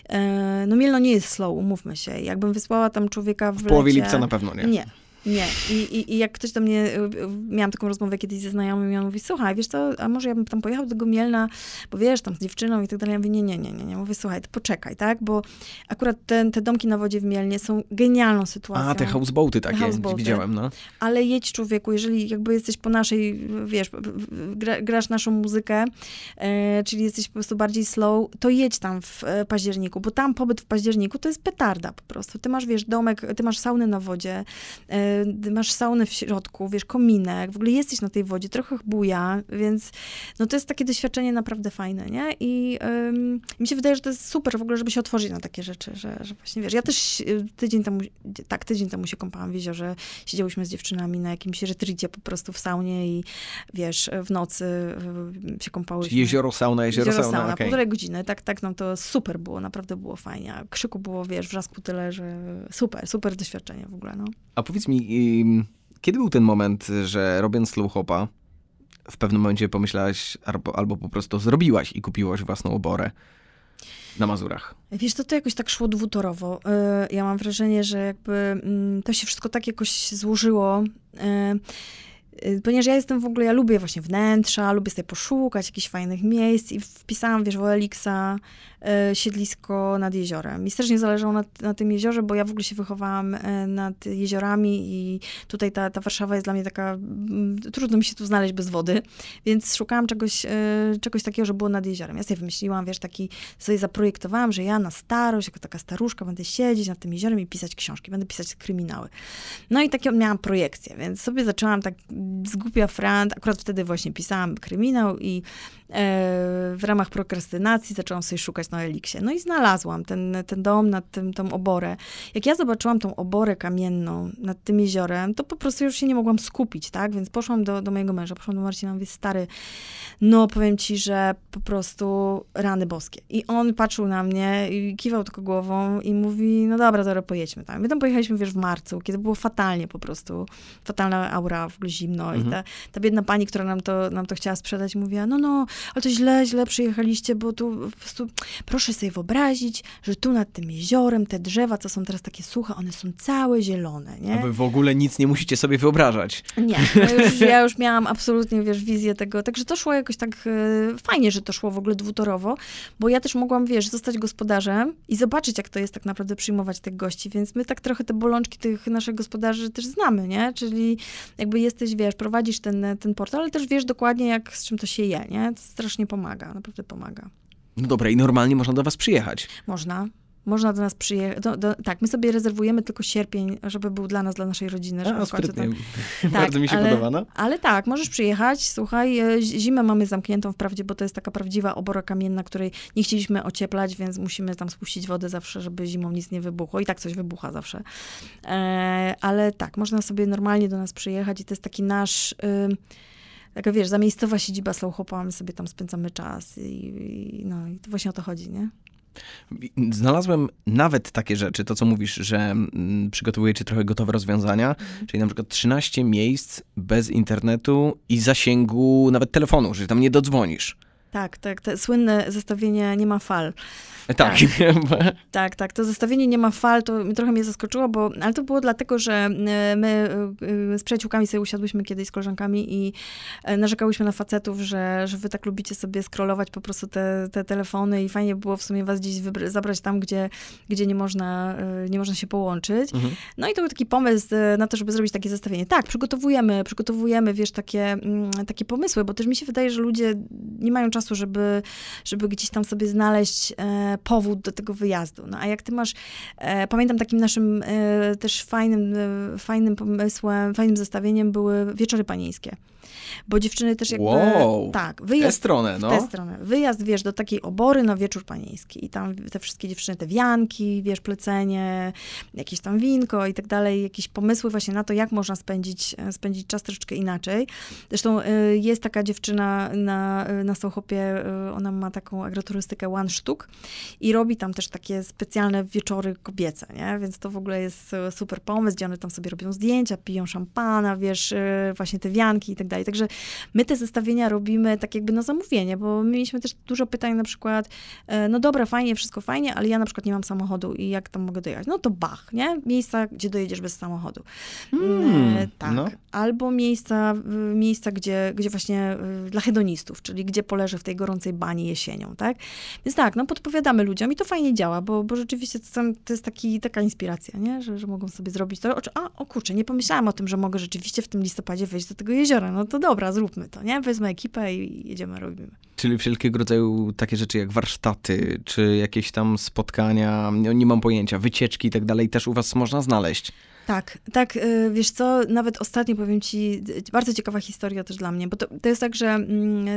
No Mielno nie jest slow, umówmy się. Jakbym wysłała tam człowieka w połowie lecie... lipca na pewno nie. Nie. I jak ktoś do mnie, miałam taką rozmowę kiedyś ze znajomym i on mówi, słuchaj, wiesz co, a może ja bym tam pojechał do tego Mielna, bo wiesz, tam z dziewczyną i tak dalej. Ja mówię, nie. Mówię, słuchaj, to poczekaj, tak? Bo akurat te domki na wodzie w Mielnie są genialną sytuacją. A, te houseboaty takie, widziałem, no. Ale jedź, człowieku, jeżeli jakby jesteś po naszej, wiesz, grasz naszą muzykę, czyli jesteś po prostu bardziej slow, to jedź tam w październiku, bo tam pobyt w październiku to jest petarda po prostu. Ty masz, wiesz, domek, ty masz saunę na wodzie, masz saunę w środku, wiesz, kominek, w ogóle jesteś na tej wodzie, trochę buja, więc no to jest takie doświadczenie naprawdę fajne, nie? I mi się wydaje, że to jest super w ogóle, żeby się otworzyć na takie rzeczy, że właśnie, wiesz, ja też tydzień temu się kąpałam w jeziorze, siedziałyśmy z dziewczynami na jakimś retreacie po prostu w saunie i wiesz, w nocy się kąpałyśmy. Jezioro sauna, okay. Półtorej godziny, tak nam to super było, naprawdę było fajnie. A krzyku było, wiesz, wrzasku tyle, że super doświadczenie w ogóle, no. A powiedz mi, kiedy był ten moment, że robiąc Slow Hopa, w pewnym momencie pomyślałaś albo po prostu zrobiłaś i kupiłaś własną oborę na Mazurach? Wiesz, to jakoś tak szło dwutorowo. Ja mam wrażenie, że jakby to się wszystko tak jakoś złożyło, ponieważ ja lubię właśnie wnętrza, lubię sobie poszukać jakichś fajnych miejsc i wpisałam, wiesz, w OLX-a siedlisko nad jeziorem. Mi strasznie zależało na tym jeziorze, bo ja w ogóle się wychowałam nad jeziorami i tutaj ta Warszawa jest dla mnie taka, trudno mi się tu znaleźć bez wody, więc szukałam czegoś takiego, że było nad jeziorem. Ja sobie wymyśliłam, wiesz, sobie zaprojektowałam, że ja na starość, jako taka staruszka, będę siedzieć nad tym jeziorem i pisać książki, będę pisać kryminały. No i takie miałam projekcje, więc sobie zaczęłam tak zgłupia frant. Akurat wtedy właśnie pisałam kryminał i w ramach prokrastynacji zaczęłam sobie szukać na Eliksie. No i znalazłam ten dom nad tą oborę. Jak ja zobaczyłam tą oborę kamienną nad tym jeziorem, to po prostu już się nie mogłam skupić, tak? Więc poszłam do mojego męża, poszłam do Marcina, mówię, stary, no powiem ci, że po prostu rany boskie. I on patrzył na mnie i kiwał tylko głową i mówi, no dobra, pojedźmy tam. My tam pojechaliśmy, wiesz, w marcu, kiedy było fatalnie po prostu. Fatalna aura, w ogóle zimno. I ta biedna pani, która nam to chciała sprzedać, mówiła, no, ale to źle przyjechaliście, bo tu po prostu proszę sobie wyobrazić, że tu nad tym jeziorem te drzewa, co są teraz takie suche, one są całe zielone, nie? A wy w ogóle nic nie musicie sobie wyobrażać. Nie, ja już miałam absolutnie, wiesz, wizję tego, także to szło jakoś tak fajnie, że to szło w ogóle dwutorowo, bo ja też mogłam, wiesz, zostać gospodarzem i zobaczyć, jak to jest tak naprawdę przyjmować tych gości, więc my tak trochę te bolączki tych naszych gospodarzy też znamy, nie? Czyli jakby jesteś, wiesz, prowadzisz ten portal, ale też wiesz dokładnie, z czym to się je, nie? To strasznie pomaga, naprawdę pomaga. No dobra, i normalnie można do was przyjechać. Można do nas przyjechać. Tak, my sobie rezerwujemy tylko sierpień, żeby był dla nas, dla naszej rodziny. Sprytnie. Bardzo mi się podoba, no. Ale tak, możesz przyjechać. Słuchaj, zimę mamy zamkniętą wprawdzie, bo to jest taka prawdziwa obora kamienna, której nie chcieliśmy ocieplać, więc musimy tam spuścić wodę zawsze, żeby zimą nic nie wybuchło. I tak coś wybucha zawsze. Ale tak, można sobie normalnie do nas przyjechać i to jest taki nasz... Taka, wiesz, zamiejscowa siedziba Sohopa, my sobie tam spędzamy czas i to właśnie o to chodzi, nie? Znalazłem nawet takie rzeczy, to co mówisz, że przygotowujecie trochę gotowe rozwiązania, czyli na przykład 13 miejsc bez internetu i zasięgu nawet telefonu, że tam nie dodzwonisz. Tak, te słynne zestawienie nie ma fal. Tak. Tak. To zestawienie nie ma fal, to trochę mnie zaskoczyło, ale to było dlatego, że my z przyjaciółkami sobie usiadłyśmy kiedyś z koleżankami i narzekałyśmy na facetów, że wy tak lubicie sobie scrollować po prostu te telefony i fajnie było w sumie was gdzieś zabrać tam, gdzie nie można się połączyć. No i to był taki pomysł na to, żeby zrobić takie zestawienie. Tak, przygotowujemy, wiesz, takie pomysły, bo też mi się wydaje, że ludzie nie mają czasu, żeby gdzieś tam sobie znaleźć powód do tego wyjazdu. No a jak ty masz, pamiętam takim naszym też fajnym pomysłem, fajnym zestawieniem były wieczory panieńskie. Bo dziewczyny też jakby... Wow, tak, wyjazd, w tę stronę. Wyjazd, wiesz, do takiej obory na wieczór panieński. I tam te wszystkie dziewczyny, te wianki, wiesz, plecenie, jakieś tam winko i tak dalej, jakieś pomysły właśnie na to, jak można spędzić czas troszeczkę inaczej. Zresztą jest taka dziewczyna na Sochopie, ona ma taką agroturystykę One Sztuk i robi tam też takie specjalne wieczory kobiece, nie? Więc to w ogóle jest super pomysł, gdzie one tam sobie robią zdjęcia, piją szampana, wiesz, właśnie te wianki i tak dalej. Także my te zestawienia robimy tak jakby na zamówienie, bo mieliśmy też dużo pytań na przykład, no dobra, fajnie, wszystko fajnie, ale ja na przykład nie mam samochodu i jak tam mogę dojechać? No to bach, nie? Miejsca, gdzie dojedziesz bez samochodu. Tak. No. Albo miejsca, gdzie właśnie dla hedonistów, czyli gdzie poleżę w tej gorącej bani jesienią, tak? Więc tak, no podpowiadamy ludziom i to fajnie działa, bo rzeczywiście to jest taka inspiracja, nie? Że mogą sobie zrobić to. O kurczę, nie pomyślałam o tym, że mogę rzeczywiście w tym listopadzie wejść do tego jeziora. No to dobra, zróbmy to, nie? Wezmę ekipę i jedziemy, robimy. Czyli wszelkiego rodzaju takie rzeczy jak warsztaty, czy jakieś tam spotkania, nie mam pojęcia, wycieczki i tak dalej, też u was można znaleźć. Tak, wiesz co, nawet ostatnio powiem ci, bardzo ciekawa historia też dla mnie, bo to jest tak, że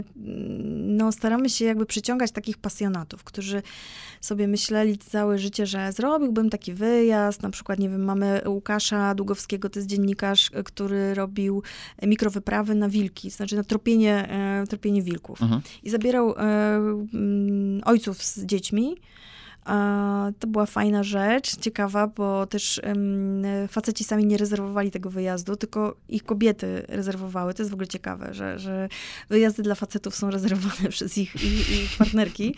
no, staramy się jakby przyciągać takich pasjonatów, którzy sobie myśleli całe życie, że zrobiłbym taki wyjazd, na przykład, nie wiem, mamy Łukasza Długowskiego, to jest dziennikarz, który robił mikrowyprawy na wilki, znaczy na tropienie wilków. I zabierał ojców z dziećmi. To była fajna rzecz, ciekawa, bo też faceci sami nie rezerwowali tego wyjazdu, tylko ich kobiety rezerwowały. To jest w ogóle ciekawe, że wyjazdy dla facetów są rezerwowane przez ich partnerki.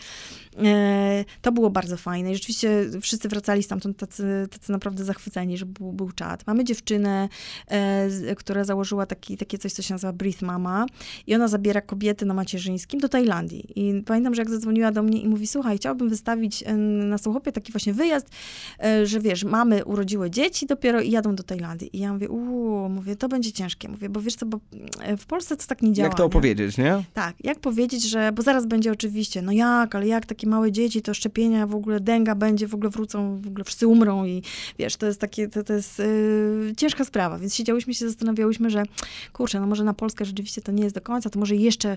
To było bardzo fajne i rzeczywiście wszyscy wracali stamtąd tacy naprawdę zachwyceni, że był czad. Mamy dziewczynę, która założyła takie coś, co się nazywa Breathe Mama i ona zabiera kobiety na macierzyńskim do Tajlandii. I pamiętam, że jak zadzwoniła do mnie i mówi, słuchaj, chciałabym wystawić na Sołchopie taki właśnie wyjazd, że wiesz, mamy urodziły dzieci dopiero i jadą do Tajlandii. I ja mówię, to będzie ciężkie. Mówię, bo wiesz co, bo w Polsce to tak nie działa. Jak to opowiedzieć, nie? Tak, jak powiedzieć, że, bo zaraz będzie oczywiście, ale jak takie małe dzieci, to szczepienia, w ogóle denga będzie, w ogóle wrócą, w ogóle wszyscy umrą i wiesz, to jest takie, to jest ciężka sprawa. Więc siedziałyśmy się, zastanawiałyśmy, że kurczę, no może na Polskę rzeczywiście to nie jest do końca, to może jeszcze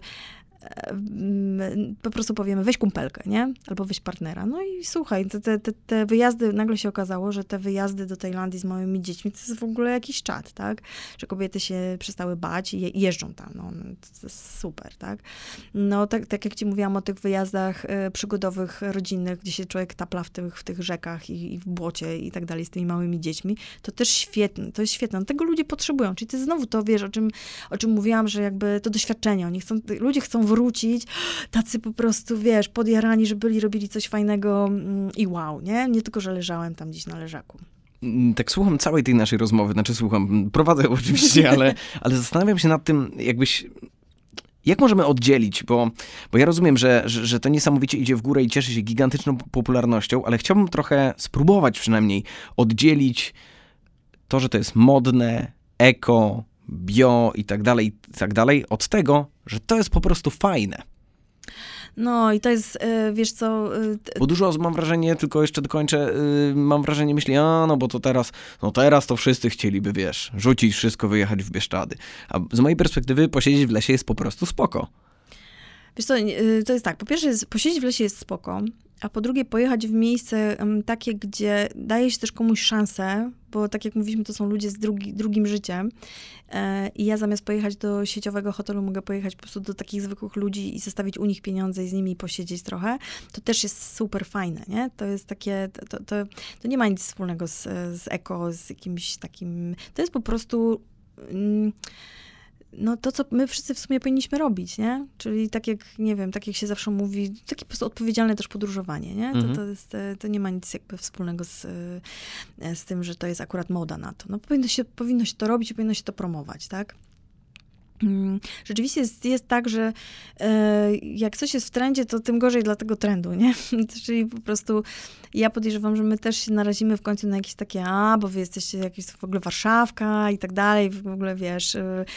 po prostu powiemy, weź kumpelkę, nie? Albo weź partnera. No i słuchaj, te wyjazdy, nagle się okazało, że te wyjazdy do Tajlandii z małymi dziećmi, to jest w ogóle jakiś czad, tak? Że kobiety się przestały bać i jeżdżą tam, no to jest super, tak? No tak jak ci mówiłam o tych wyjazdach przygodowych, rodzinnych, gdzie się człowiek tapla w tych rzekach i w błocie i tak dalej z tymi małymi dziećmi, to też świetne, to jest świetne. No, tego ludzie potrzebują, czyli to jest znowu to, wiesz, o czym mówiłam, że jakby to doświadczenie, ludzie chcą wrócić, tacy po prostu, wiesz, podjarani, że robili coś fajnego i wow, nie? Nie tylko, że leżałem tam gdzieś na leżaku. Tak słucham całej tej naszej rozmowy, prowadzę oczywiście, ale zastanawiam się nad tym, jak możemy oddzielić, bo ja rozumiem, że to niesamowicie idzie w górę i cieszy się gigantyczną popularnością, ale chciałbym trochę spróbować przynajmniej oddzielić to, że to jest modne, eko, bio i tak dalej, od tego, że to jest po prostu fajne. No i to jest, wiesz co... Bo dużo, mam wrażenie, tylko jeszcze dokończę, mam wrażenie, myśli, bo to teraz to wszyscy chcieliby, wiesz, rzucić wszystko, wyjechać w Bieszczady. A z mojej perspektywy posiedzieć w lesie jest po prostu spoko. Wiesz co, to jest tak, po pierwsze posiedzieć w lesie jest spoko, a po drugie pojechać w miejsce takie, gdzie daje się też komuś szansę, bo tak jak mówiliśmy, to są ludzie z drugim życiem i ja zamiast pojechać do sieciowego hotelu, mogę pojechać po prostu do takich zwykłych ludzi i zostawić u nich pieniądze i z nimi posiedzieć trochę, to też jest super fajne, nie? To jest takie, to nie ma nic wspólnego z eko, z jakimś takim, to jest po prostu... no to, co my wszyscy w sumie powinniśmy robić, nie? Czyli tak jak, nie wiem, tak jak się zawsze mówi, takie po prostu odpowiedzialne też podróżowanie, nie? To nie ma nic jakby wspólnego z tym, że to jest akurat moda na to. No powinno się to robić i powinno się to promować, tak? Rzeczywiście jest tak, że jak coś jest w trendzie, to tym gorzej dla tego trendu, nie? Czyli po prostu ja podejrzewam, że my też się narazimy w końcu na jakieś takie, bo wy jesteście jakieś w ogóle Warszawka i tak dalej, w ogóle wiesz,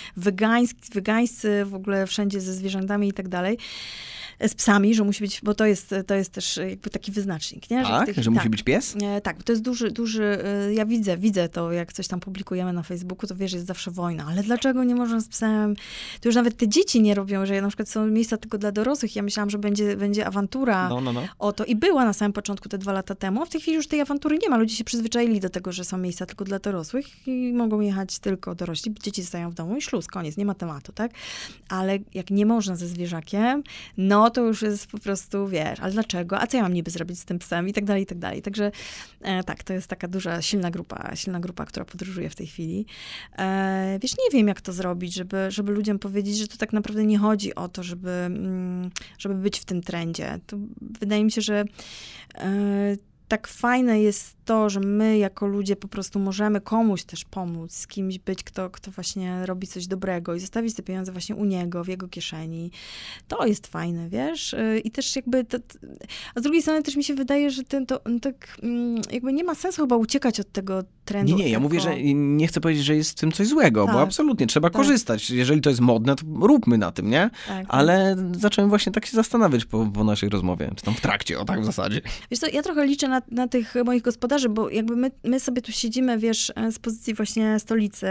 wegańscy w ogóle wszędzie ze zwierzętami i tak dalej. Z psami, że musi być, bo to jest też jakby taki wyznacznik, nie? Że musi być pies? Tak, bo to jest duży, ja widzę to, jak coś tam publikujemy na Facebooku, to wiesz, jest zawsze wojna, ale dlaczego nie można z psem? To już nawet te dzieci nie robią, że na przykład są miejsca tylko dla dorosłych, ja myślałam, że będzie awantura o to i była na samym początku te 2 lata temu, a w tej chwili już tej awantury nie ma, ludzie się przyzwyczaili do tego, że są miejsca tylko dla dorosłych i mogą jechać tylko dorośli, dzieci zostają w domu i szluz, koniec, nie ma tematu, tak? Ale jak nie można ze zwierzakiem, no to już jest po prostu, wiesz, ale dlaczego? A co ja mam niby zrobić z tym psem? I tak dalej, i tak dalej. Także tak, to jest taka duża, silna grupa, która podróżuje w tej chwili. Wiesz, nie wiem, jak to zrobić, żeby ludziom powiedzieć, że to tak naprawdę nie chodzi o to, żeby być w tym trendzie. To wydaje mi się, że tak fajne jest to, że my jako ludzie po prostu możemy komuś też pomóc, z kimś być, kto właśnie robi coś dobrego i zostawić te pieniądze właśnie u niego, w jego kieszeni. To jest fajne, wiesz? I też jakby, a z drugiej strony też mi się wydaje, że tak jakby nie ma sensu chyba uciekać od tego trendu. Nie, ja mówię, że nie chcę powiedzieć, że jest w tym coś złego, bo absolutnie trzeba korzystać. Jeżeli to jest modne, to róbmy na tym, nie? Tak. Ale zacząłem właśnie tak się zastanawiać po naszej rozmowie, czy tam w trakcie, tak w zasadzie. Wiesz co, ja trochę liczę na tych moich gospodarzy, bo jakby my sobie tu siedzimy, wiesz, z pozycji właśnie stolicy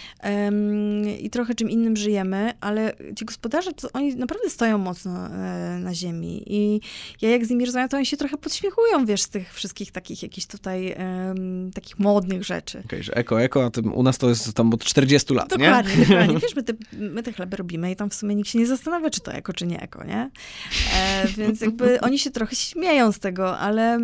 i trochę czym innym żyjemy, ale ci gospodarze, to oni naprawdę stoją mocno na ziemi i ja jak z nimi rozmawiam, to oni się trochę podśmiechują, wiesz, z tych wszystkich takich jakichś tutaj takich modnych rzeczy. Okej, że eko, a u nas to jest tam od 40 lat, dokładnie, nie? Dokładnie. Wiesz, my te chleby robimy i tam w sumie nikt się nie zastanawia, czy to eko, czy nie eko, nie? Więc jakby oni się trochę śmieją z tego, ale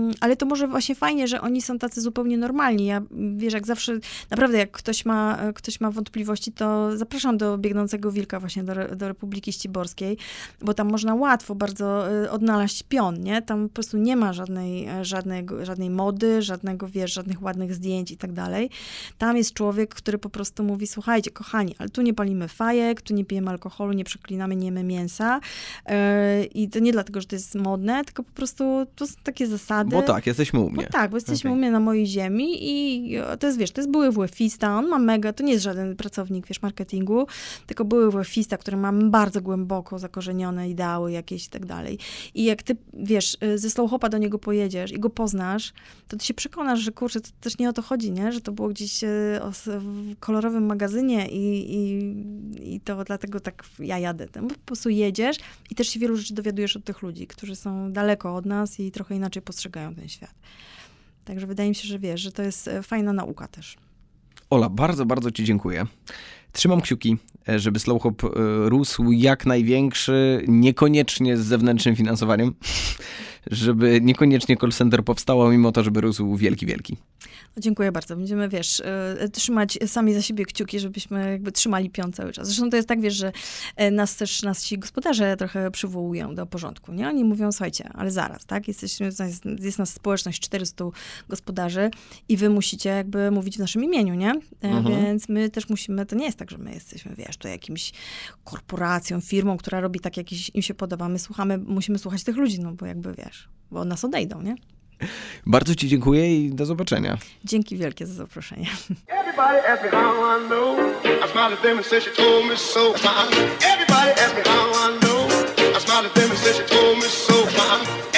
ale to może właśnie fajnie, że oni są tacy zupełnie normalni. Ja, wiesz, jak zawsze, naprawdę jak ktoś ma wątpliwości, to zapraszam do Biegnącego Wilka właśnie do Republiki Ściborskiej, bo tam można łatwo bardzo odnaleźć pion, nie? Tam po prostu nie ma żadnej mody, żadnych ładnych zdjęć i tak dalej. Tam jest człowiek, który po prostu mówi, słuchajcie, kochani, ale tu nie palimy fajek, tu nie pijemy alkoholu, nie przeklinamy, nie jemy mięsa. I to nie dlatego, że to jest modne, tylko po prostu to są takie zasady. Bo tak, jesteśmy u mnie. Bo jesteśmy u mnie na mojej ziemi i to jest, wiesz, to jest były WF-ista, on ma mega, to nie jest żaden pracownik, wiesz, marketingu, tylko były WF-ista, który ma bardzo głęboko zakorzenione ideały jakieś i tak dalej. I jak ty, wiesz, ze Slow Hopa do niego pojedziesz i go poznasz, to ty się przekonasz, że kurczę, to też nie o to chodzi, nie? Że to było gdzieś w kolorowym magazynie i to dlatego tak ja jadę. Tam po prostu jedziesz i też się wielu rzeczy dowiadujesz od tych ludzi, którzy są daleko od nas i trochę inaczej postrzegają ten świat. Także wydaje mi się, że wiesz, że to jest fajna nauka też. Ola, bardzo, bardzo ci dziękuję. Trzymam kciuki, żeby Slow Hop rósł jak największy, niekoniecznie z zewnętrznym finansowaniem, żeby niekoniecznie call center powstało, mimo to, żeby rósł wielki, wielki. Dziękuję bardzo. Będziemy, wiesz, trzymać sami za siebie kciuki, żebyśmy jakby trzymali pion cały czas. Zresztą to jest tak, wiesz, że nasi gospodarze trochę przywołują do porządku, nie? Oni mówią, słuchajcie, ale zaraz, tak? Jest nas społeczność 400 gospodarzy i wy musicie jakby mówić w naszym imieniu, nie? Więc my też musimy, to nie jest tak, że my jesteśmy, wiesz, to jakimś korporacją, firmą, która robi tak, jak im się podoba. Musimy słuchać tych ludzi, no bo jakby, wiesz, bo od nas odejdą, nie? Bardzo ci dziękuję i do zobaczenia. Dzięki wielkie za zaproszenie. Everybody ask me how I know. I smiled at them and said she told me so. Everybody ask me how I know. I smiled at them and said she told me so.